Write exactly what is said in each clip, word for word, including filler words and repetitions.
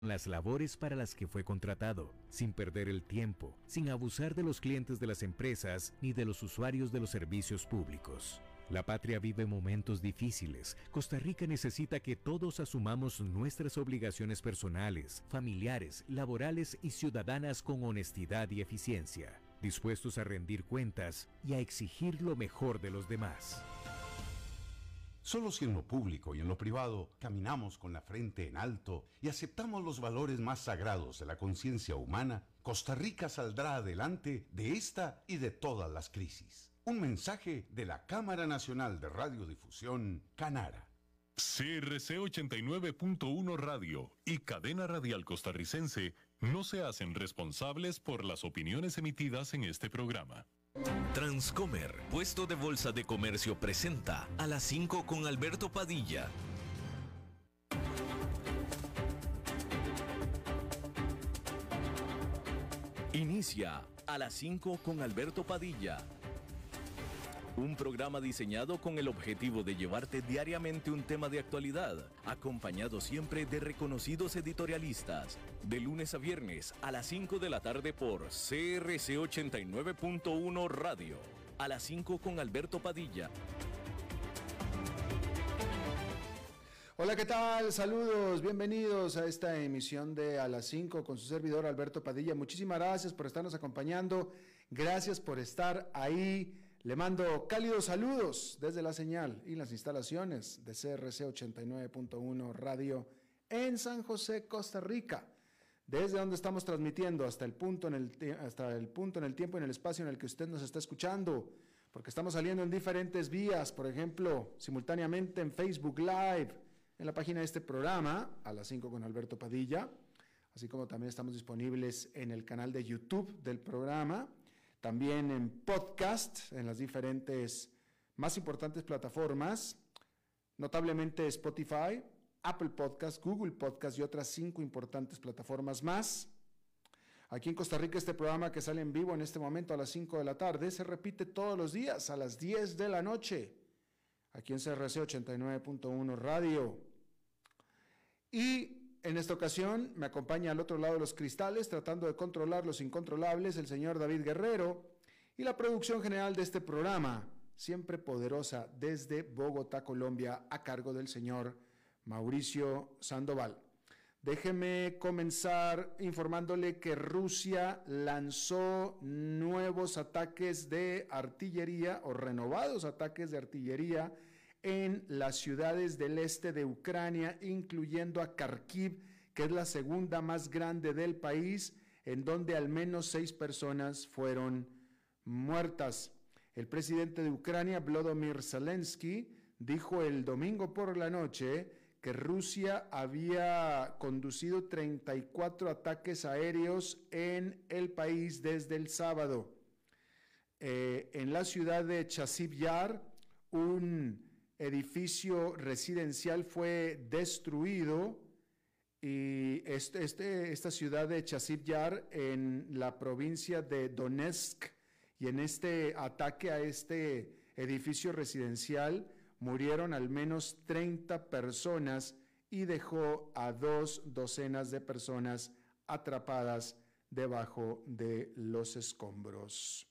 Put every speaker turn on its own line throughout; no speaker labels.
las labores para las que fue contratado, sin perder el tiempo, sin abusar de los clientes de las empresas ni de los usuarios de los servicios públicos. La patria vive momentos difíciles. Costa Rica necesita que todos asumamos nuestras obligaciones personales, familiares, laborales y ciudadanas con honestidad y eficiencia, dispuestos a rendir cuentas y a exigir lo mejor de los demás.
Solo si en lo público y en lo privado caminamos con la frente en alto y aceptamos los valores más sagrados de la conciencia humana, Costa Rica saldrá adelante de esta y de todas las crisis. Un mensaje de la Cámara Nacional de Radiodifusión, Canara.
C R C ochenta y nueve punto uno Radio y Cadena Radial Costarricense no se hacen responsables por las opiniones emitidas en este programa.
Transcomer, puesto de bolsa de comercio, presenta a las cinco con Alberto Padilla. Inicia a las cinco con Alberto Padilla. Un programa diseñado con el objetivo de llevarte diariamente un tema de actualidad, acompañado siempre de reconocidos editorialistas, de lunes a viernes a las cinco de la tarde por C R C ochenta y nueve punto uno Radio. A las cinco con Alberto Padilla.
Hola, ¿qué tal? Saludos, bienvenidos a esta emisión de A las cinco con su servidor Alberto Padilla. Muchísimas gracias por estarnos acompañando, gracias por estar ahí. Le mando cálidos saludos desde la señal y las instalaciones de C R C ochenta y nueve punto uno Radio en San José, Costa Rica, desde donde estamos transmitiendo hasta el punto en el, hasta el punto en el tiempo y en el espacio en el que usted nos está escuchando, porque estamos saliendo en diferentes vías, por ejemplo, simultáneamente en Facebook Live, en la página de este programa, A las cinco con Alberto Padilla, así como también estamos disponibles en el canal de YouTube del programa, también en podcast, en las diferentes más importantes plataformas, notablemente Spotify, Apple Podcast, Google Podcast y otras cinco importantes plataformas más. Aquí en Costa Rica este programa que sale en vivo en este momento a las cinco de la tarde se repite todos los días a las diez de la noche, aquí en C R C ochenta y nueve punto uno Radio. Y en esta ocasión me acompaña al otro lado de los cristales, tratando de controlar los incontrolables, el señor David Guerrero, y la producción general de este programa, siempre poderosa desde Bogotá, Colombia, a cargo del señor Mauricio Sandoval. Déjeme comenzar informándole que Rusia lanzó nuevos ataques de artillería o renovados ataques de artillería en las ciudades del este de Ucrania, incluyendo a Kharkiv, que es la segunda más grande del país, en donde al menos seis personas fueron muertas. El presidente de Ucrania, Volodymyr Zelensky, dijo el domingo por la noche que Rusia había conducido treinta y cuatro ataques aéreos en el país desde el sábado. Eh, en la ciudad de Chasiv Yar, un edificio residencial fue destruido y este, este, esta ciudad de Chasiv Yar en la provincia de Donetsk, y en este ataque a este edificio residencial murieron al menos treinta personas y dejó a dos docenas de personas atrapadas debajo de los escombros.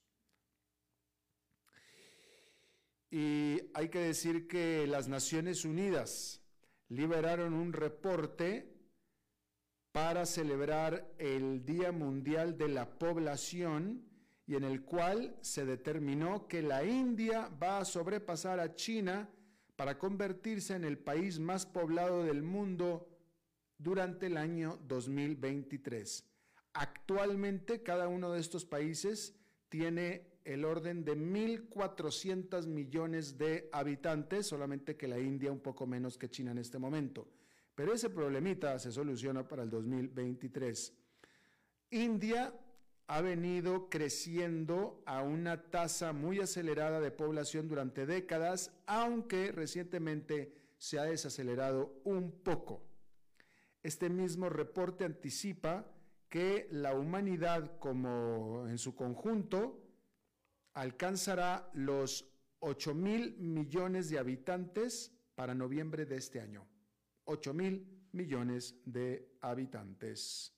Y hay que decir que las Naciones Unidas liberaron un reporte para celebrar el Día Mundial de la Población, y en el cual se determinó que la India va a sobrepasar a China para convertirse en el país más poblado del mundo durante el año dos mil veintitrés. Actualmente cada uno de estos países tiene el orden de mil cuatrocientos millones de habitantes, solamente que la India un poco menos que China en este momento. Pero ese problemita se soluciona para el dos mil veintitrés. India ha venido creciendo a una tasa muy acelerada de población durante décadas, aunque recientemente se ha desacelerado un poco. Este mismo reporte anticipa que la humanidad como en su conjunto alcanzará los ocho mil millones de habitantes para noviembre de este año. ocho mil millones de habitantes.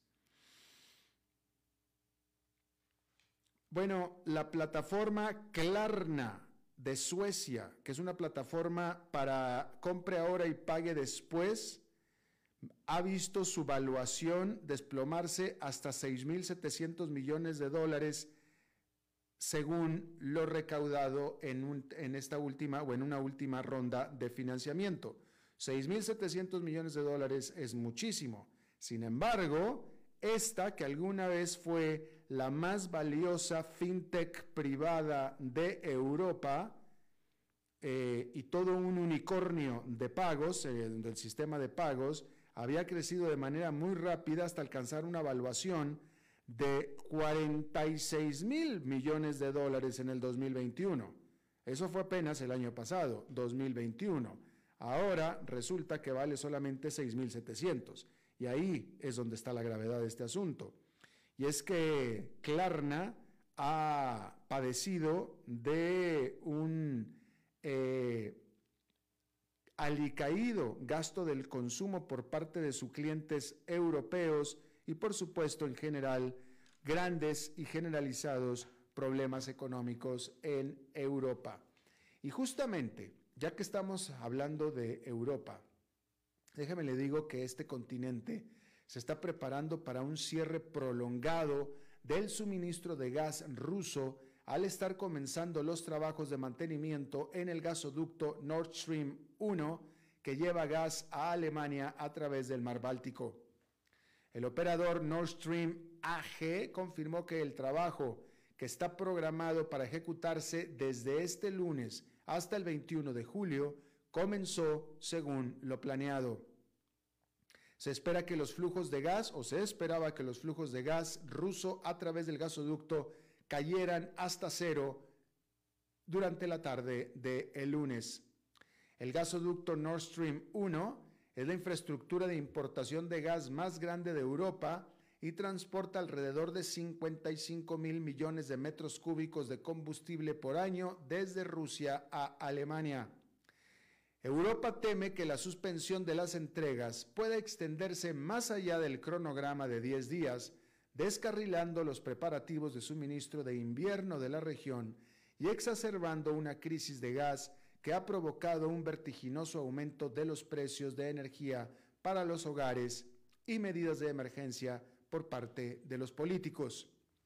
Bueno, la plataforma Klarna de Suecia, que es una plataforma para compre ahora y pague después, ha visto su valuación desplomarse hasta seis mil setecientos millones de dólares según lo recaudado en, un, en esta última o en una última ronda de financiamiento. seis mil setecientos millones de dólares es muchísimo. Sin embargo, esta que alguna vez fue la más valiosa fintech privada de Europa eh, y todo un unicornio de pagos, eh, del sistema de pagos, había crecido de manera muy rápida hasta alcanzar una valuación de cuarenta y seis mil millones de dólares en el dos mil veintiuno. Eso fue apenas el año pasado, dos mil veintiuno. Ahora resulta que vale solamente seis mil setecientos. Y ahí es donde está la gravedad de este asunto. Y es que Klarna ha padecido de un eh, alicaído gasto del consumo por parte de sus clientes europeos y, por supuesto, en general, grandes y generalizados problemas económicos en Europa. Y justamente, ya que estamos hablando de Europa, déjeme le digo que este continente se está preparando para un cierre prolongado del suministro de gas ruso al estar comenzando los trabajos de mantenimiento en el gasoducto Nord Stream uno que lleva gas a Alemania a través del Mar Báltico. El operador Nord Stream A G confirmó que el trabajo que está programado para ejecutarse desde este lunes hasta el veintiuno de julio comenzó según lo planeado. Se espera que los flujos de gas, o se esperaba que los flujos de gas ruso a través del gasoducto cayeran hasta cero durante la tarde del lunes. El gasoducto Nord Stream uno es la infraestructura de importación de gas más grande de Europa y transporta alrededor de cincuenta y cinco mil millones de metros cúbicos de combustible por año desde Rusia a Alemania. Europa teme que la suspensión de las entregas pueda extenderse más allá del cronograma de diez días, descarrilando los preparativos de suministro de invierno de la región y exacerbando una crisis de gas que ha provocado un vertiginoso aumento de los precios de energía para los hogares y medidas de emergencia por parte de los políticos.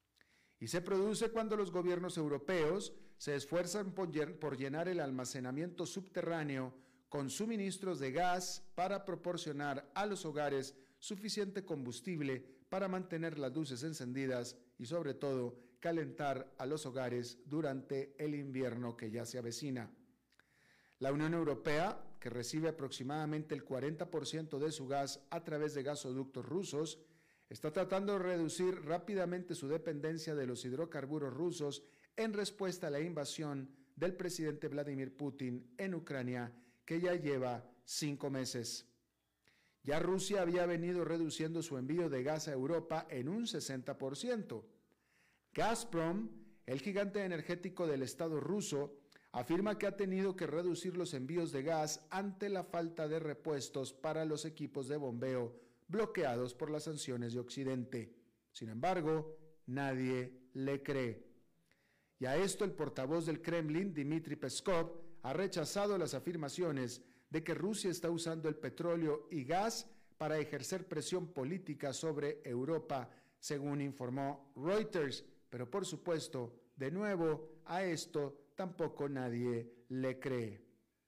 Y se produce cuando los gobiernos europeos se esfuerzan por llenar el almacenamiento subterráneo con suministros de gas para proporcionar a los hogares suficiente combustible para mantener las luces encendidas y, sobre todo, calentar a los hogares durante el invierno que ya se avecina. La Unión Europea, que recibe aproximadamente el cuarenta por ciento de su gas a través de gasoductos rusos, está tratando de reducir rápidamente su dependencia de los hidrocarburos rusos en respuesta a la invasión del presidente Vladimir Putin en Ucrania, que ya lleva cinco meses. Ya Rusia había venido reduciendo su envío de gas a Europa en un sesenta por ciento. Gazprom, el gigante energético del Estado ruso, afirma que ha tenido que reducir los envíos de gas ante la falta de repuestos para los equipos de bombeo bloqueados por las sanciones de Occidente. Sin embargo, nadie le cree. Y a esto el portavoz del Kremlin, Dmitry Peskov, ha rechazado las afirmaciones de que Rusia está usando el petróleo y gas para ejercer presión política sobre Europa, según informó Reuters. Pero por supuesto, de nuevo, a esto tampoco nadie le cree.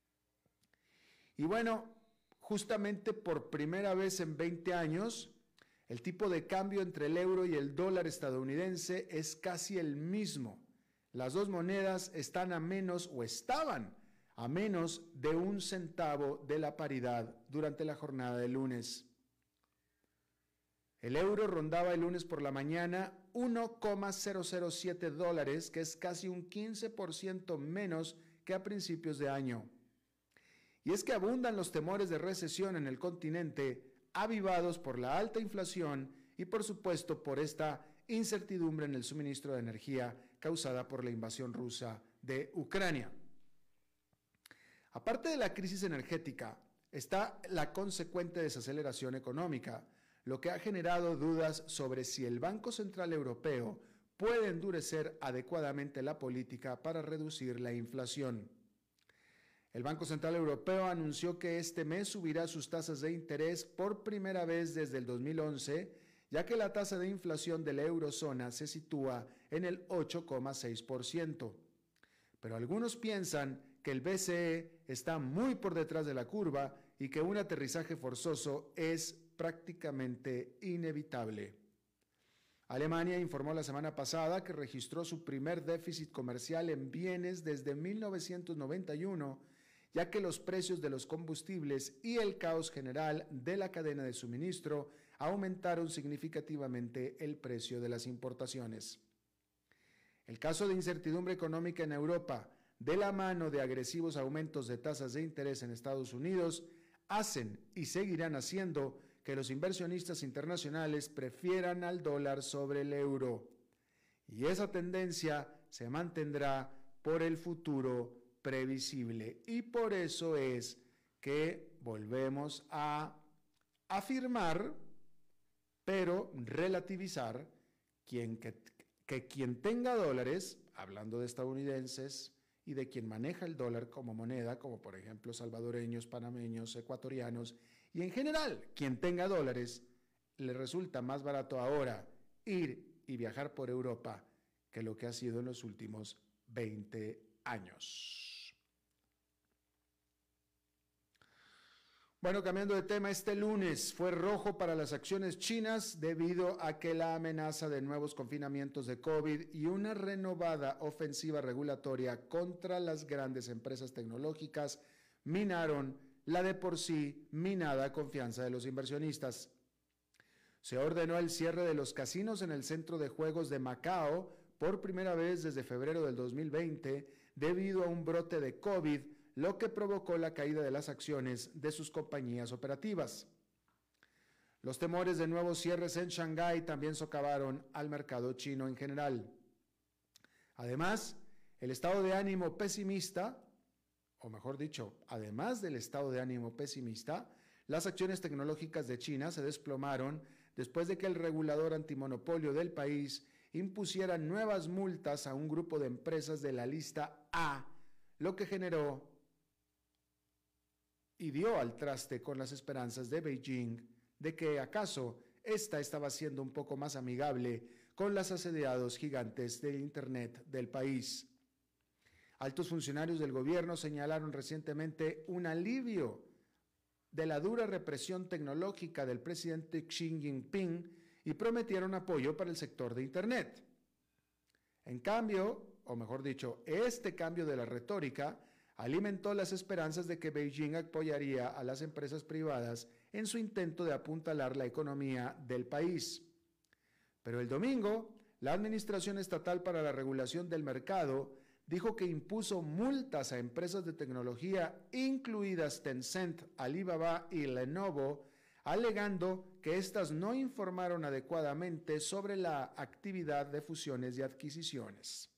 Y bueno, justamente por primera vez en veinte años, el tipo de cambio entre el euro y el dólar estadounidense es casi el mismo. Las dos monedas están a menos o estaban a menos de un centavo de la paridad durante la jornada del lunes. El euro rondaba el lunes por la mañana uno coma cero cero siete dólares, que es casi un quince por ciento menos que a principios de año. Y es que abundan los temores de recesión en el continente, avivados por la alta inflación y, por supuesto, por esta incertidumbre en el suministro de energía causada por la invasión rusa de Ucrania. Aparte de la crisis energética, está la consecuente desaceleración económica, lo que ha generado dudas sobre si el Banco Central Europeo puede endurecer adecuadamente la política para reducir la inflación. El Banco Central Europeo anunció que este mes subirá sus tasas de interés por primera vez desde el dos mil once, ya que la tasa de inflación de la eurozona se sitúa en el ocho coma seis por ciento. Pero algunos piensan que el B C E está muy por detrás de la curva y que un aterrizaje forzoso es prácticamente inevitable. Alemania informó la semana pasada que registró su primer déficit comercial en bienes desde mil novecientos noventa y uno, ya que los precios de los combustibles y el caos general de la cadena de suministro aumentaron significativamente el precio de las importaciones. El caso de incertidumbre económica en Europa, de la mano de agresivos aumentos de tasas de interés en Estados Unidos, hacen y seguirán haciendo que los inversionistas internacionales prefieran al dólar sobre el euro. Y esa tendencia se mantendrá por el futuro previsible. Y por eso es que volvemos a afirmar, pero relativizar, quien, que, que quien tenga dólares, hablando de estadounidenses, y de quien maneja el dólar como moneda, como por ejemplo salvadoreños, panameños, ecuatorianos, y en general, quien tenga dólares, le resulta más barato ahora ir y viajar por Europa que lo que ha sido en los últimos veinte años. Bueno, cambiando de tema, este lunes fue rojo para las acciones chinas debido a que la amenaza de nuevos confinamientos de COVID y una renovada ofensiva regulatoria contra las grandes empresas tecnológicas minaron la de por sí minada confianza de los inversionistas. Se ordenó el cierre de los casinos en el centro de juegos de Macao por primera vez desde febrero del dos mil veinte debido a un brote de COVID, lo que provocó la caída de las acciones de sus compañías operativas. Los temores de nuevos cierres en Shanghái también socavaron al mercado chino en general. Además, el estado de ánimo pesimista, o mejor dicho, además del estado de ánimo pesimista, las acciones tecnológicas de China se desplomaron después de que el regulador antimonopolio del país impusiera nuevas multas a un grupo de empresas de la lista A, lo que generó y dio al traste con las esperanzas de Beijing de que acaso ésta estaba siendo un poco más amigable con los asediados gigantes del Internet del país. Altos funcionarios del gobierno señalaron recientemente un alivio de la dura represión tecnológica del presidente Xi Jinping y prometieron apoyo para el sector de Internet. En cambio, o mejor dicho, este cambio de la retórica alimentó las esperanzas de que Beijing apoyaría a las empresas privadas en su intento de apuntalar la economía del país. Pero el domingo, la Administración Estatal para la Regulación del Mercado dijo que impuso multas a empresas de tecnología, incluidas Tencent, Alibaba y Lenovo, alegando que éstas no informaron adecuadamente sobre la actividad de fusiones y adquisiciones.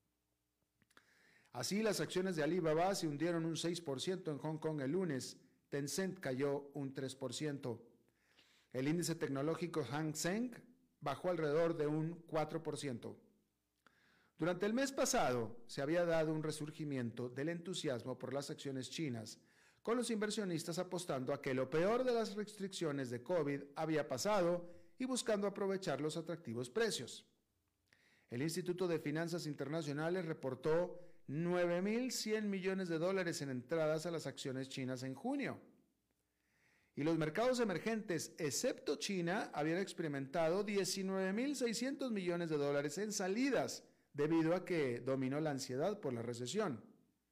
Así, las acciones de Alibaba se hundieron un seis por ciento en Hong Kong el lunes, Tencent cayó un tres por ciento. El índice tecnológico Hang Seng bajó alrededor de un cuatro por ciento. Durante el mes pasado se había dado un resurgimiento del entusiasmo por las acciones chinas, con los inversionistas apostando a que lo peor de las restricciones de COVID había pasado y buscando aprovechar los atractivos precios. El Instituto de Finanzas Internacionales reportó nueve mil cien millones de dólares en entradas a las acciones chinas en junio. Y los mercados emergentes, excepto China, habían experimentado diecinueve mil seiscientos millones de dólares en salidas, debido a que dominó la ansiedad por la recesión.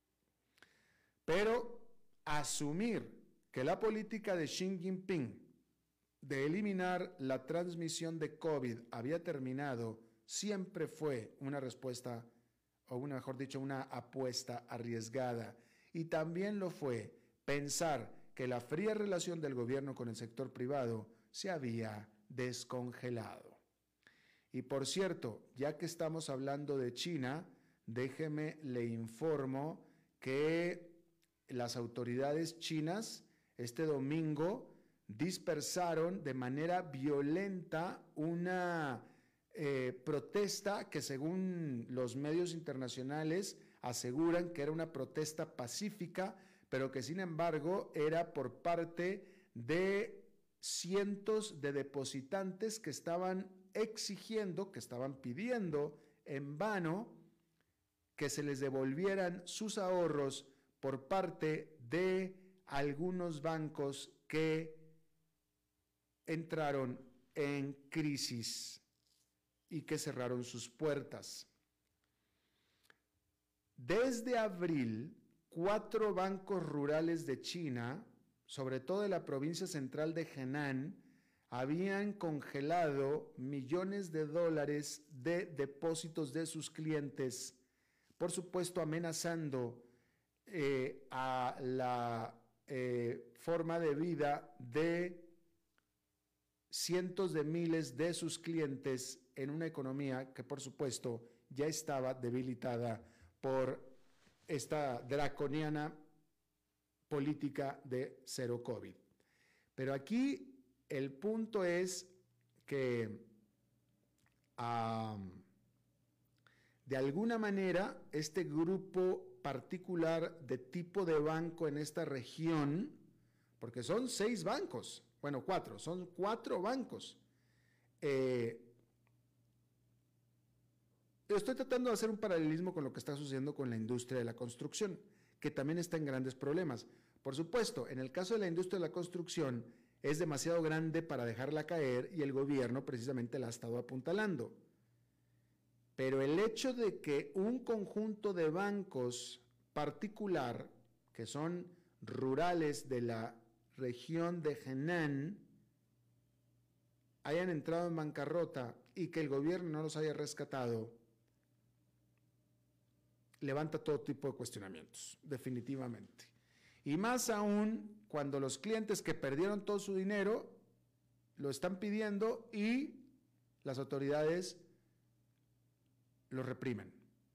Pero asumir que la política de Xi Jinping de eliminar la transmisión de COVID había terminado siempre fue una respuesta, o una, mejor dicho, una apuesta arriesgada. Y también lo fue pensar que la fría relación del gobierno con el sector privado se había descongelado. Y por cierto, ya que estamos hablando de China, déjeme le informo que las autoridades chinas este domingo dispersaron de manera violenta una eh, protesta que, según los medios internacionales, aseguran que era una protesta pacífica, pero que sin embargo era por parte de cientos de depositantes que estaban exigiendo, que estaban pidiendo en vano que se les devolvieran sus ahorros por parte de algunos bancos que entraron en crisis y que cerraron sus puertas. Desde abril, cuatro bancos rurales de China, sobre todo de la provincia central de Henan, habían congelado millones de dólares de depósitos de sus clientes, por supuesto amenazando eh, a la eh, forma de vida de cientos de miles de sus clientes en una economía que, por supuesto, ya estaba debilitada por esta draconiana política de cero COVID. Pero aquí el punto es que um, de alguna manera este grupo particular de tipo de banco en esta región, porque son seis bancos, bueno, cuatro, son cuatro bancos. Eh, estoy tratando de hacer un paralelismo con lo que está sucediendo con la industria de la construcción, que también está en grandes problemas. Por supuesto, en el caso de la industria de la construcción, es demasiado grande para dejarla caer y el gobierno precisamente la ha estado apuntalando. Pero el hecho de que un conjunto de bancos particular, que son rurales de la región de Henan, hayan entrado en bancarrota y que el gobierno no los haya rescatado, levanta todo tipo de cuestionamientos, definitivamente. Y más aún cuando los clientes que perdieron todo su dinero lo están pidiendo y las autoridades lo reprimen.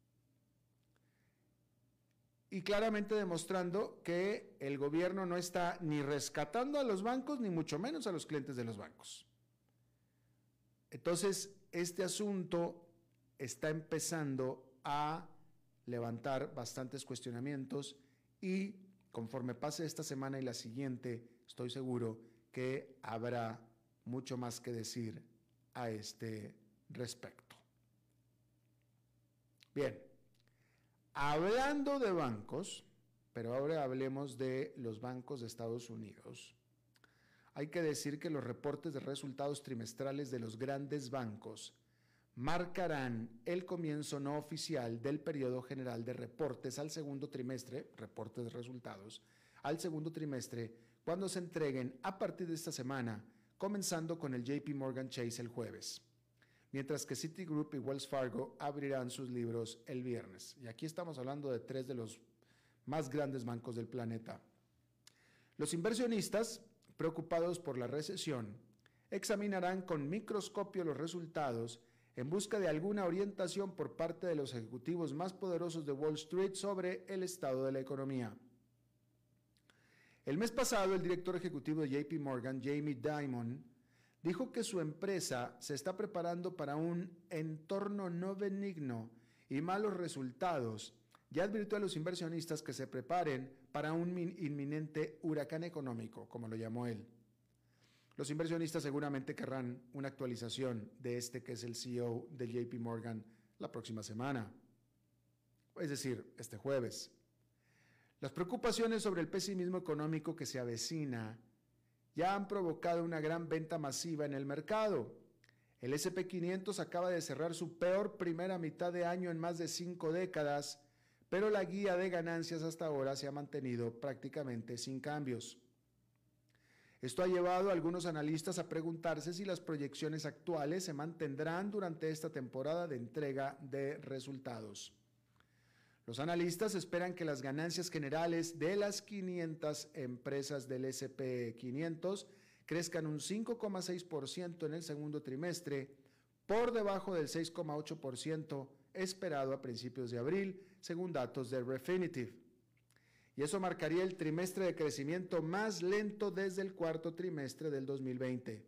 Y claramente demostrando que el gobierno no está ni rescatando a los bancos, ni mucho menos a los clientes de los bancos. Entonces, este asunto está empezando a levantar bastantes cuestionamientos y conforme pase esta semana y la siguiente, estoy seguro que habrá mucho más que decir a este respecto. Bien, hablando de bancos, pero ahora hablemos de los bancos de Estados Unidos. Hay que decir que los reportes de resultados trimestrales de los grandes bancos marcarán el comienzo no oficial del periodo general de reportes al segundo trimestre, reportes de resultados, al segundo trimestre, cuando se entreguen a partir de esta semana, comenzando con el J P Morgan Chase el jueves, mientras que Citigroup y Wells Fargo abrirán sus libros el viernes. Y aquí estamos hablando de tres de los más grandes bancos del planeta. Los inversionistas, preocupados por la recesión, examinarán con microscopio los resultados en busca de alguna orientación por parte de los ejecutivos más poderosos de Wall Street sobre el estado de la economía. El mes pasado, el director ejecutivo de J P Morgan, Jamie Dimon, dijo que su empresa se está preparando para un entorno no benigno y malos resultados, y advirtió a los inversionistas que se preparen para un inminente huracán económico, como lo llamó él. Los inversionistas seguramente querrán una actualización de este que es el C E O de J P Morgan la próxima semana, es decir, este jueves. Las preocupaciones sobre el pesimismo económico que se avecina ya han provocado una gran venta masiva en el mercado. El ese and pe quinientos acaba de cerrar su peor primera mitad de año en más de cinco décadas, pero la guía de ganancias hasta ahora se ha mantenido prácticamente sin cambios. Esto ha llevado a algunos analistas a preguntarse si las proyecciones actuales se mantendrán durante esta temporada de entrega de resultados. Los analistas esperan que las ganancias generales de las quinientas empresas del ese and pe quinientos crezcan un cinco coma seis por ciento en el segundo trimestre, por debajo del seis coma ocho por ciento esperado a principios de abril, según datos de Refinitiv. y eso marcaría el trimestre de crecimiento más lento desde el cuarto trimestre del dos mil veinte.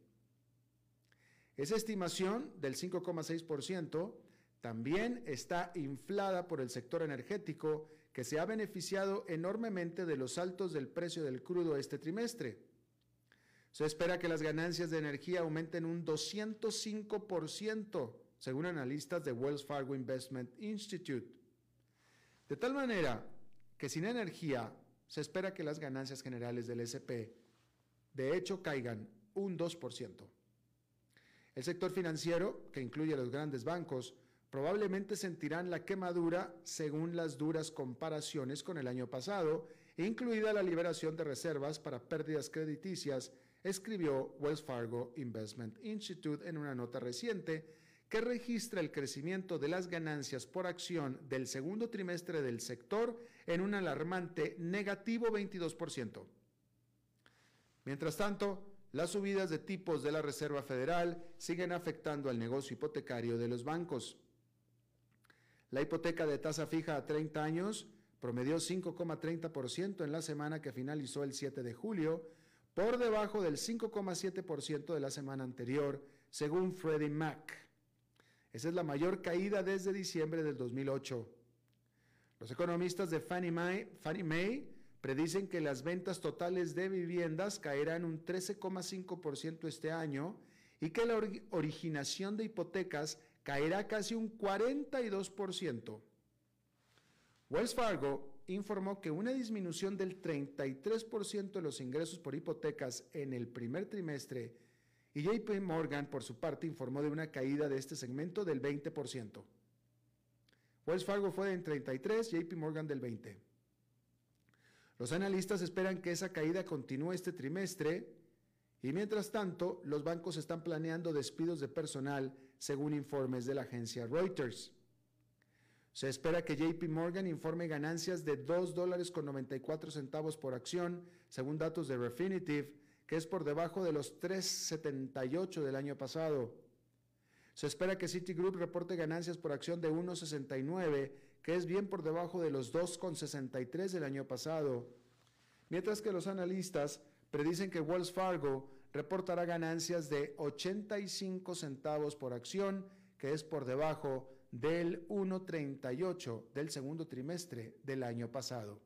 Esa estimación del cinco coma seis por ciento también está inflada por el sector energético, que se ha beneficiado enormemente de los saltos del precio del crudo este trimestre. Se espera que las ganancias de energía aumenten un doscientos cinco por ciento, según analistas de Wells Fargo Investment Institute. De tal manera que sin energía se espera que las ganancias generales del ese pe de hecho caigan un dos por ciento. El sector financiero, que incluye a los grandes bancos, probablemente sentirán la quemadura según las duras comparaciones con el año pasado, incluida la liberación de reservas para pérdidas crediticias, escribió Wells Fargo Investment Institute en una nota reciente que registra el crecimiento de las ganancias por acción del segundo trimestre del sector en un alarmante negativo veintidós por ciento. Mientras tanto, las subidas de tipos de la Reserva Federal siguen afectando al negocio hipotecario de los bancos. La hipoteca de tasa fija a treinta años promedió cinco coma treinta por ciento en la semana que finalizó el siete de julio, por debajo del cinco coma siete por ciento de la semana anterior, según Freddie Mac. Esa es la mayor caída desde diciembre del dos mil ocho. Los economistas de Fannie Mae, Fannie Mae predicen que las ventas totales de viviendas caerán un trece coma cinco por ciento este año y que la or- originación de hipotecas caerá casi un cuarenta y dos por ciento. Wells Fargo informó que una disminución del treinta y tres por ciento de los ingresos por hipotecas en el primer trimestre, y J P Morgan, por su parte, informó de una caída de este segmento del veinte por ciento. Wells Fargo fue del treinta y tres, J P Morgan del veinte por ciento. Los analistas esperan que esa caída continúe este trimestre y, mientras tanto, los bancos están planeando despidos de personal, según informes de la agencia Reuters. Se espera que J P Morgan informe ganancias de dos dólares con noventa y cuatro centavos por acción, según datos de Refinitiv, que es por debajo de los tres setenta y ocho del año pasado. Se espera que Citigroup reporte ganancias por acción de uno sesenta y nueve, que es bien por debajo de los dos sesenta y tres del año pasado, mientras que los analistas predicen que Wells Fargo reportará ganancias de ochenta y cinco centavos por acción, que es por debajo del uno treinta y ocho del segundo trimestre del año pasado.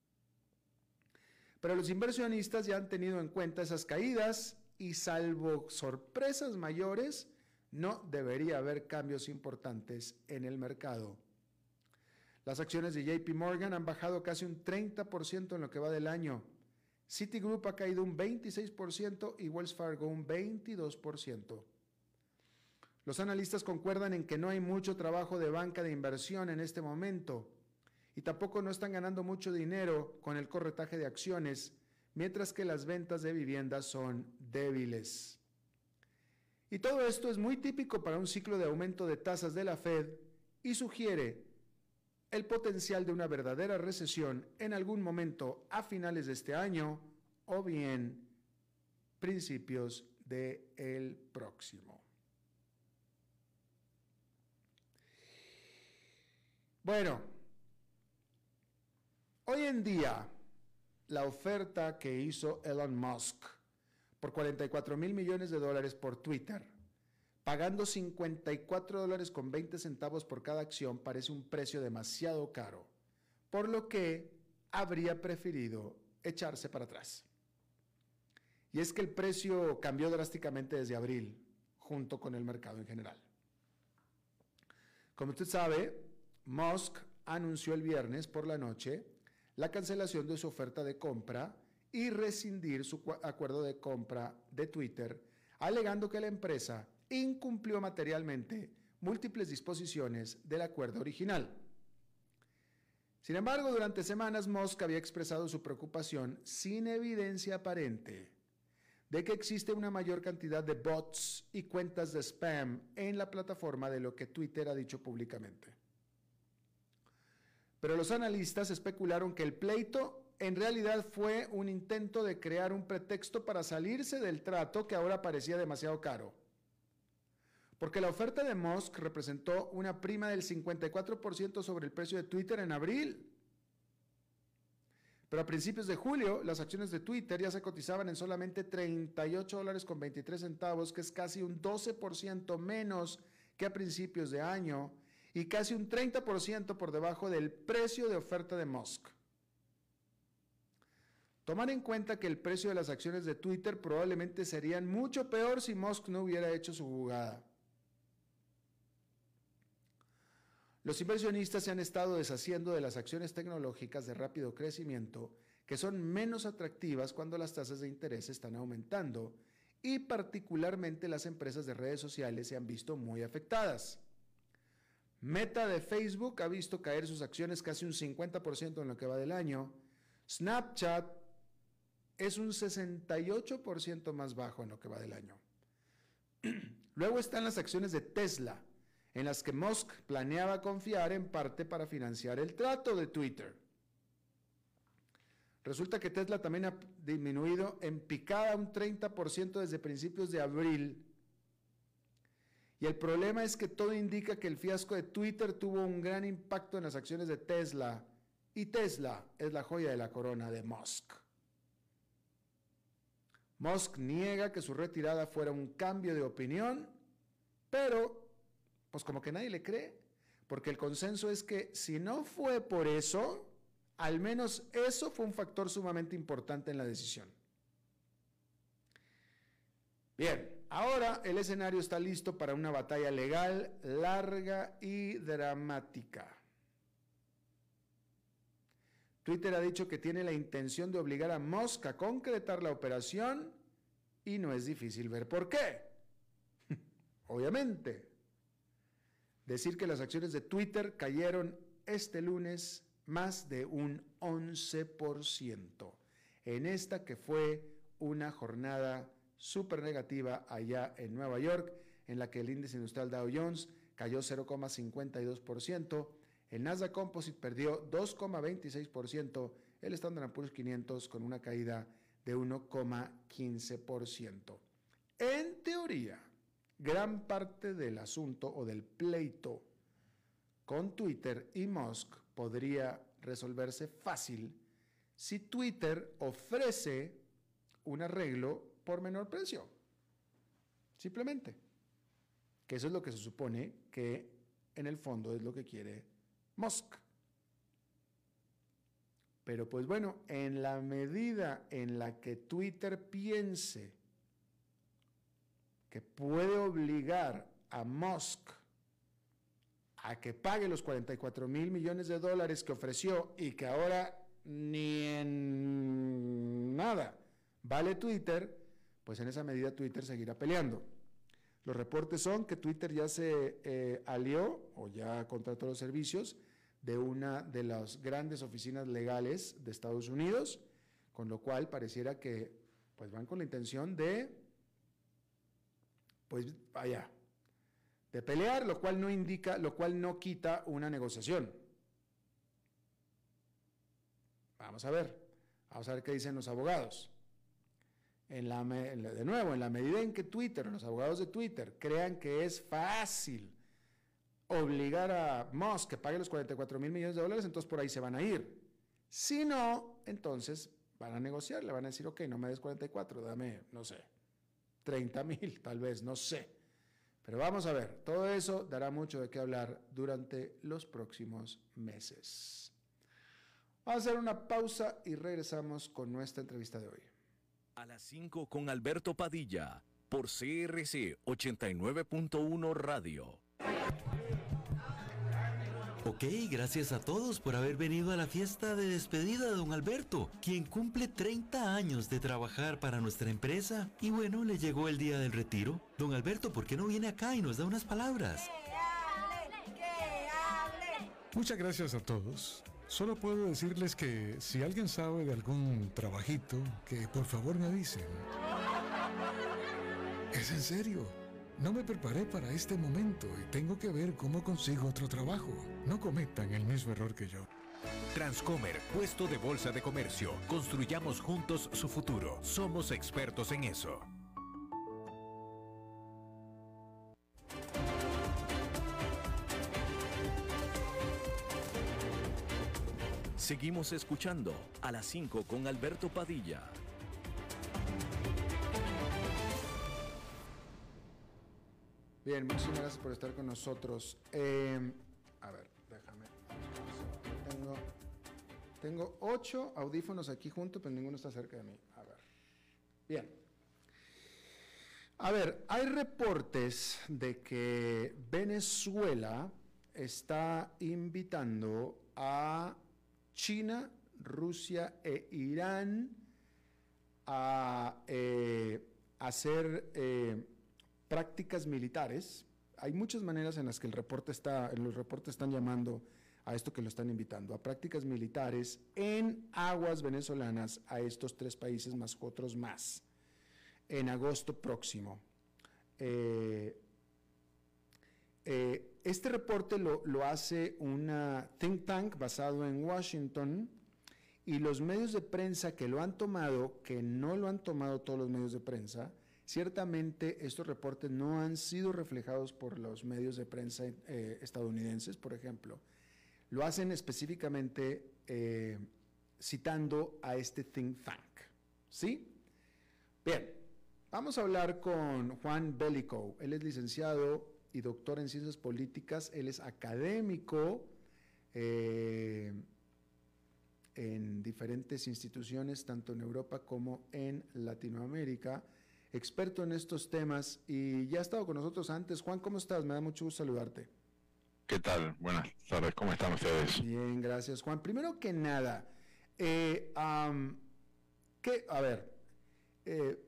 Pero los inversionistas ya han tenido en cuenta esas caídas y, salvo sorpresas mayores, no debería haber cambios importantes en el mercado. Las acciones de J P Morgan han bajado casi un treinta por ciento en lo que va del año. Citigroup ha caído un veintiséis por ciento y Wells Fargo un veintidós por ciento. Los analistas concuerdan en que no hay mucho trabajo de banca de inversión en este momento y tampoco no están ganando mucho dinero con el corretaje de acciones, mientras que las ventas de viviendas son débiles. Y todo esto es muy típico para un ciclo de aumento de tasas de la Fed y sugiere el potencial de una verdadera recesión en algún momento a finales de este año o bien principios del próximo. Bueno, hoy en día la oferta que hizo Elon Musk por cuarenta y cuatro mil millones de dólares por Twitter, pagando cincuenta y cuatro dólares con veinte centavos por cada acción, parece un precio demasiado caro, por lo que habría preferido echarse para atrás. Y es que el precio cambió drásticamente desde abril, junto con el mercado en general. Como usted sabe, Musk anunció el viernes por la noche la cancelación de su oferta de compra y rescindir su acuerdo de compra de Twitter, alegando que la empresa incumplió materialmente múltiples disposiciones del acuerdo original. Sin embargo, durante semanas Musk había expresado su preocupación sin evidencia aparente de que existe una mayor cantidad de bots y cuentas de spam en la plataforma de lo que Twitter ha dicho públicamente. Pero los analistas especularon que el pleito en realidad fue un intento de crear un pretexto para salirse del trato que ahora parecía demasiado caro. Porque la oferta de Musk representó una prima del cincuenta y cuatro por ciento sobre el precio de Twitter en abril. Pero a principios de julio, las acciones de Twitter ya se cotizaban en solamente treinta y ocho dólares con veintitrés centavos, que es casi un doce por ciento menos que a principios de año y casi un treinta por ciento por debajo del precio de oferta de Musk. Tomar en cuenta que el precio de las acciones de Twitter probablemente serían mucho peor si Musk no hubiera hecho su jugada. Los inversionistas se han estado deshaciendo de las acciones tecnológicas de rápido crecimiento, que son menos atractivas cuando las tasas de interés están aumentando, y particularmente las empresas de redes sociales se han visto muy afectadas. Meta de Facebook ha visto caer sus acciones casi un cincuenta por ciento en lo que va del año. Snapchat es un sesenta y ocho por ciento más bajo en lo que va del año. Luego están las acciones de Tesla, en las que Musk planeaba confiar en parte para financiar el trato de Twitter. Resulta que Tesla también ha disminuido en picada un treinta por ciento desde principios de abril. Y el problema es que todo indica que el fiasco de Twitter tuvo un gran impacto en las acciones de Tesla, y Tesla es la joya de la corona de Musk. Musk niega que su retirada fuera un cambio de opinión, pero pues como que nadie le cree, porque el consenso es que si no fue por eso, al menos eso fue un factor sumamente importante en la decisión. Bien, ahora el escenario está listo para una batalla legal larga y dramática. Twitter ha dicho que tiene la intención de obligar a Musk a concretar la operación y no es difícil ver por qué. Obviamente. Decir que las acciones de Twitter cayeron este lunes más de un once por ciento, en esta que fue una jornada súper negativa allá en Nueva York, en la que el índice industrial Dow Jones cayó cero coma cincuenta y dos por ciento, el Nasdaq Composite perdió dos coma veintiséis por ciento, el Standard and Poor's quinientos con una caída de uno coma quince por ciento. En teoría, gran parte del asunto o del pleito con Twitter y Musk podría resolverse fácil si Twitter ofrece un arreglo por menor precio. Simplemente. Que eso es lo que se supone que en el fondo es lo que quiere Musk. Pero pues bueno, en la medida en la que Twitter piense que puede obligar a Musk a que pague los cuarenta y cuatro mil millones de dólares que ofreció y que ahora ni en nada vale Twitter, pues en esa medida Twitter seguirá peleando. Los reportes son que Twitter ya se eh, alió o ya contrató los servicios de una de las grandes oficinas legales de Estados Unidos, con lo cual pareciera que pues van con la intención de, pues vaya, de pelear, lo cual no indica, lo cual no quita una negociación. Vamos a ver, vamos a ver qué dicen los abogados. En la, de nuevo, en la medida en que Twitter, los abogados de Twitter, crean que es fácil obligar a Musk que pague los cuarenta y cuatro mil millones de dólares, entonces por ahí se van a ir. Si no, entonces van a negociar, le van a decir, ok, no me des cuarenta y cuatro, dame, no sé, treinta mil, tal vez, no sé. Pero vamos a ver, todo eso dará mucho de qué hablar durante los próximos meses. Vamos a hacer una pausa y regresamos con nuestra entrevista de hoy.
A las cinco con Alberto Padilla, por C R C ochenta y nueve punto uno Radio.
Ok, gracias a todos por haber venido a la fiesta de despedida de don Alberto, quien cumple treinta años de trabajar para nuestra empresa. Y bueno, le llegó el día del retiro. Don Alberto, ¿por qué no viene acá y nos da unas palabras?
¡Que hable! ¡Que hable!
Muchas gracias a todos. Solo puedo decirles que si alguien sabe de algún trabajito, que por favor me avisen. Es en serio. No me preparé para este momento y tengo que ver cómo consigo otro trabajo. No cometan el mismo error que yo.
Transcomer, puesto de bolsa de comercio. Construyamos juntos su futuro. Somos expertos en eso.
Seguimos escuchando a las cinco con Alberto Padilla.
Bien, muchísimas gracias por estar con nosotros. Eh, a ver, déjame. Tengo, tengo ocho audífonos aquí juntos, pero ninguno está cerca de mí. A ver. Bien. A ver, hay reportes de que Venezuela está invitando a China, Rusia e Irán a eh, hacer eh, prácticas militares. Hay muchas maneras en las que el reporte está, los reportes están llamando a esto que lo están invitando, a prácticas militares en aguas venezolanas a estos tres países más otros más, en agosto próximo. Eh, eh, este reporte lo, lo hace una think tank basado en Washington, y los medios de prensa que lo han tomado, que no lo han tomado todos los medios de prensa, ciertamente estos reportes no han sido reflejados por los medios de prensa eh, estadounidenses, por ejemplo. Lo hacen específicamente eh, citando a este think tank, ¿sí? Bien, vamos a hablar con Juan Bellico. Él es licenciado y doctor en ciencias políticas. Él es académico eh, en diferentes instituciones, tanto en Europa como en Latinoamérica, experto en estos temas, y ya ha estado con nosotros antes. Juan, ¿cómo estás? Me da mucho gusto saludarte.
¿Qué tal? Buenas tardes, ¿cómo están ustedes?
Bien, gracias, Juan. Primero que nada, eh, um, ¿qué? A ver, eh,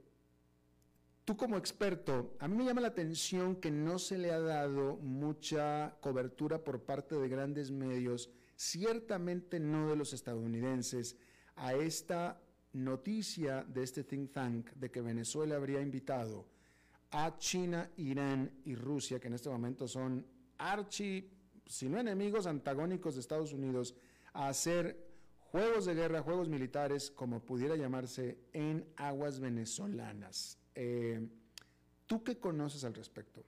tú como experto, a mí me llama la atención que no se le ha dado mucha cobertura por parte de grandes medios, ciertamente no de los estadounidenses, a esta noticia de este think tank de que Venezuela habría invitado a China, Irán y Rusia, que en este momento son archi, si no enemigos, antagónicos de Estados Unidos, a hacer juegos de guerra, juegos militares, como pudiera llamarse, en aguas venezolanas. Eh, ¿Tú qué conoces al respecto?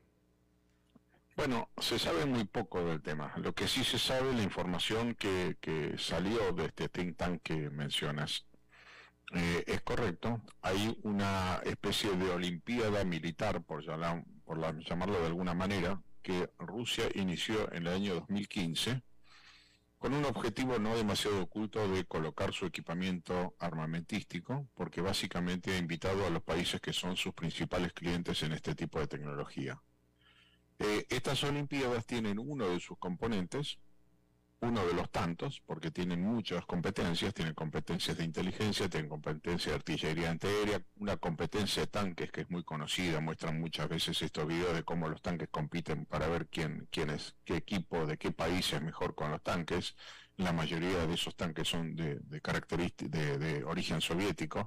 Bueno, se sabe muy poco del tema. Lo que sí se sabe, la información que, que salió de este think tank que mencionas, eh, es correcto. Hay una especie de olimpiada militar, por, llamar, por la, llamarlo de alguna manera, que Rusia inició en el año dos mil quince, con un objetivo no demasiado oculto de colocar su equipamiento armamentístico, porque básicamente ha invitado a los países que son sus principales clientes en este tipo de tecnología. Eh, estas Olimpiadas tienen uno de sus componentes, uno de los tantos, porque tienen muchas competencias, tienen competencias de inteligencia, tienen competencia de artillería antiaérea, una competencia de tanques que es muy conocida, muestran muchas veces estos videos de cómo los tanques compiten para ver quién, quién es, qué equipo, de qué país es mejor con los tanques. La mayoría de esos tanques son de, de características de, de origen soviético.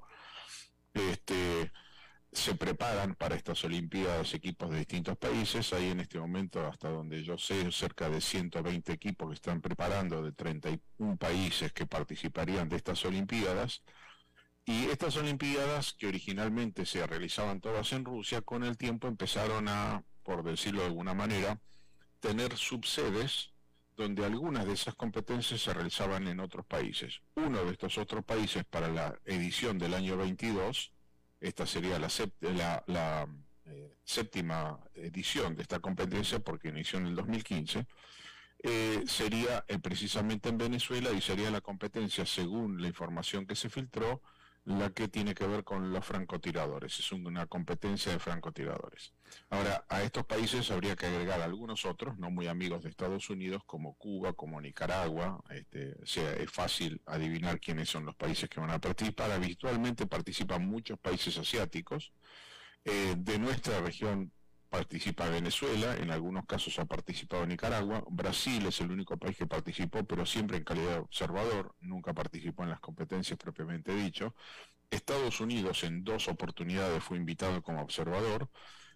Este... Se preparan para estas Olimpiadas equipos de distintos países. Hay en este momento, hasta donde yo sé, cerca de ciento veinte equipos que están preparando de treinta y uno países que participarían de estas Olimpiadas. Y estas Olimpiadas, que originalmente se realizaban todas en Rusia, con el tiempo empezaron a, por decirlo de alguna manera, tener subsedes donde algunas de esas competencias se realizaban en otros países. Uno de estos otros países, para la edición del año veintidós, esta sería la, sept la, la eh, séptima edición de esta competencia, porque inició en el dos mil quince, eh, sería eh, precisamente en Venezuela, y sería la competencia, según la información que se filtró, la que tiene que ver con los francotiradores. Es una competencia de francotiradores. Ahora, a estos países habría que agregar algunos otros, no muy amigos de Estados Unidos, como Cuba, como Nicaragua. Este, o sea, es fácil adivinar quiénes son los países que van a participar. Habitualmente participan muchos países asiáticos. Eh, de nuestra región participa Venezuela, en algunos casos ha participado Nicaragua. Brasil es el único país que participó, pero siempre en calidad de observador, nunca participó en las competencias propiamente dicho. Estados Unidos en dos oportunidades fue invitado como observador.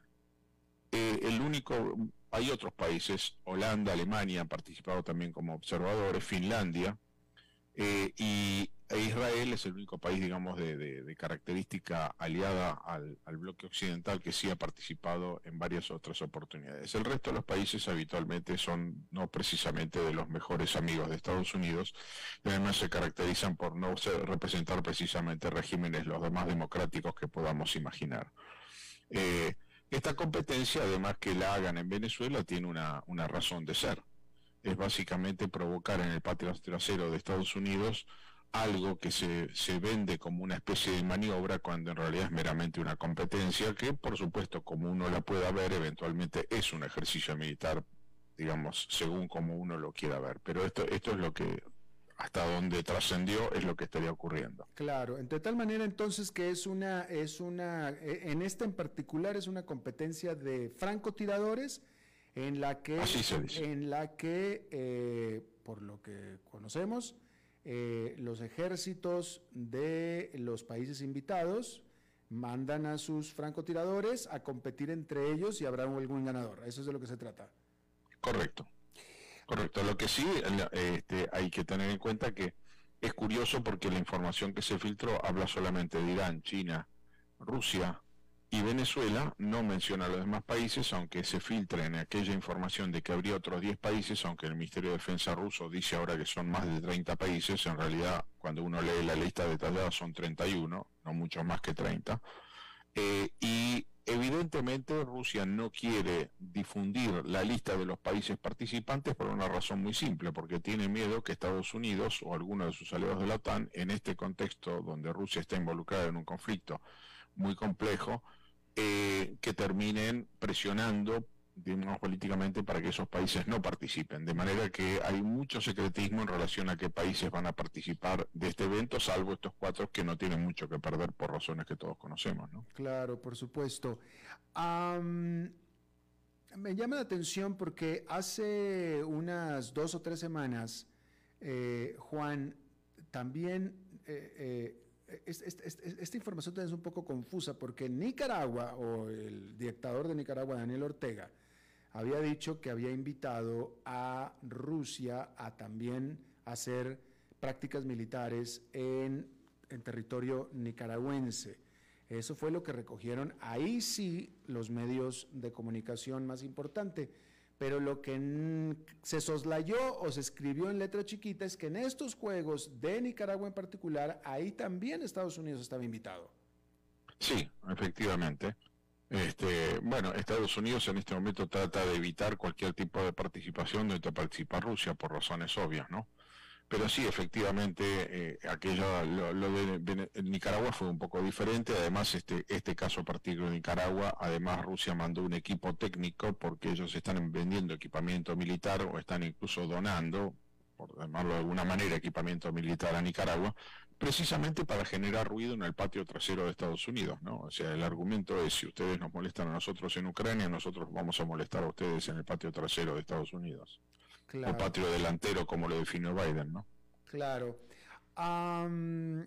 Eh, el único, hay otros países, Holanda, Alemania han participado también como observadores, Finlandia, eh, y e Israel es el único país, digamos, de, de, de característica aliada al, al bloque occidental que sí ha participado en varias otras oportunidades. El resto de los países habitualmente son no precisamente de los mejores amigos de Estados Unidos, y además se caracterizan por no ser, representar precisamente regímenes los demás democráticos que podamos imaginar. Eh, esta competencia, además que la hagan en Venezuela, tiene una, una razón de ser. Es básicamente provocar en el patio trasero de Estados Unidos algo que se, se vende como una especie de maniobra cuando en realidad es meramente una competencia que, por supuesto, como uno la pueda ver, eventualmente es un ejercicio militar, digamos, según como uno lo quiera ver. Pero esto, esto es lo que, hasta donde trascendió, es lo que estaría ocurriendo.
Claro, de tal manera entonces que es una, es una, en esta en particular es una competencia de francotiradores en la que,
Así se dice.
en la que eh, por lo que conocemos, eh, los ejércitos de los países invitados mandan a sus francotiradores a competir entre ellos y habrá algún ganador. Eso es de lo que se trata.
Correcto. Correcto. Lo que sí este, hay que tener en cuenta que es curioso porque la información que se filtró habla solamente de Irán, China, Rusia y Venezuela, no menciona a los demás países, aunque se filtra en aquella información de que habría otros diez países, aunque el Ministerio de Defensa ruso dice ahora que son más de treinta países, en realidad cuando uno lee la lista detallada son treinta y uno, no mucho más que treinta, eh, y evidentemente Rusia no quiere difundir la lista de los países participantes por una razón muy simple, porque tiene miedo que Estados Unidos o alguno de sus aliados de la OTAN, en este contexto donde Rusia está involucrada en un conflicto muy complejo, eh, que terminen presionando, digamos, políticamente para que esos países no participen, de manera que hay mucho secretismo en relación a qué países van a participar de este evento, salvo estos cuatro que no tienen mucho que perder por razones que todos conocemos, ¿no?
Claro, por supuesto. Um, me llama la atención porque hace unas dos o tres semanas, eh, Juan, también eh, eh, Esta, esta, esta información es un poco confusa porque Nicaragua, o el dictador de Nicaragua, Daniel Ortega, había dicho que había invitado a Rusia a también hacer prácticas militares en, en territorio nicaragüense. Eso fue lo que recogieron ahí sí los medios de comunicación más importantes. Pero lo que n- se soslayó o se escribió en letra chiquita es que en estos juegos de Nicaragua en particular, ahí también Estados Unidos estaba invitado.
Sí, efectivamente. Este, bueno, Estados Unidos en este momento trata de evitar cualquier tipo de participación donde participa Rusia por razones obvias, ¿no? Pero sí, efectivamente, eh, aquello, lo, lo de, de Nicaragua fue un poco diferente. Además, este, este caso particular de Nicaragua, además Rusia mandó un equipo técnico porque ellos están vendiendo equipamiento militar o están incluso donando, por llamarlo de alguna manera, equipamiento militar a Nicaragua, precisamente para generar ruido en el patio trasero de Estados Unidos, ¿no? O sea, el argumento es, si ustedes nos molestan a nosotros en Ucrania, nosotros vamos a molestar a ustedes en el patio trasero de Estados Unidos. Claro. O patio delantero, como lo definió Biden, ¿no?
Claro. Um,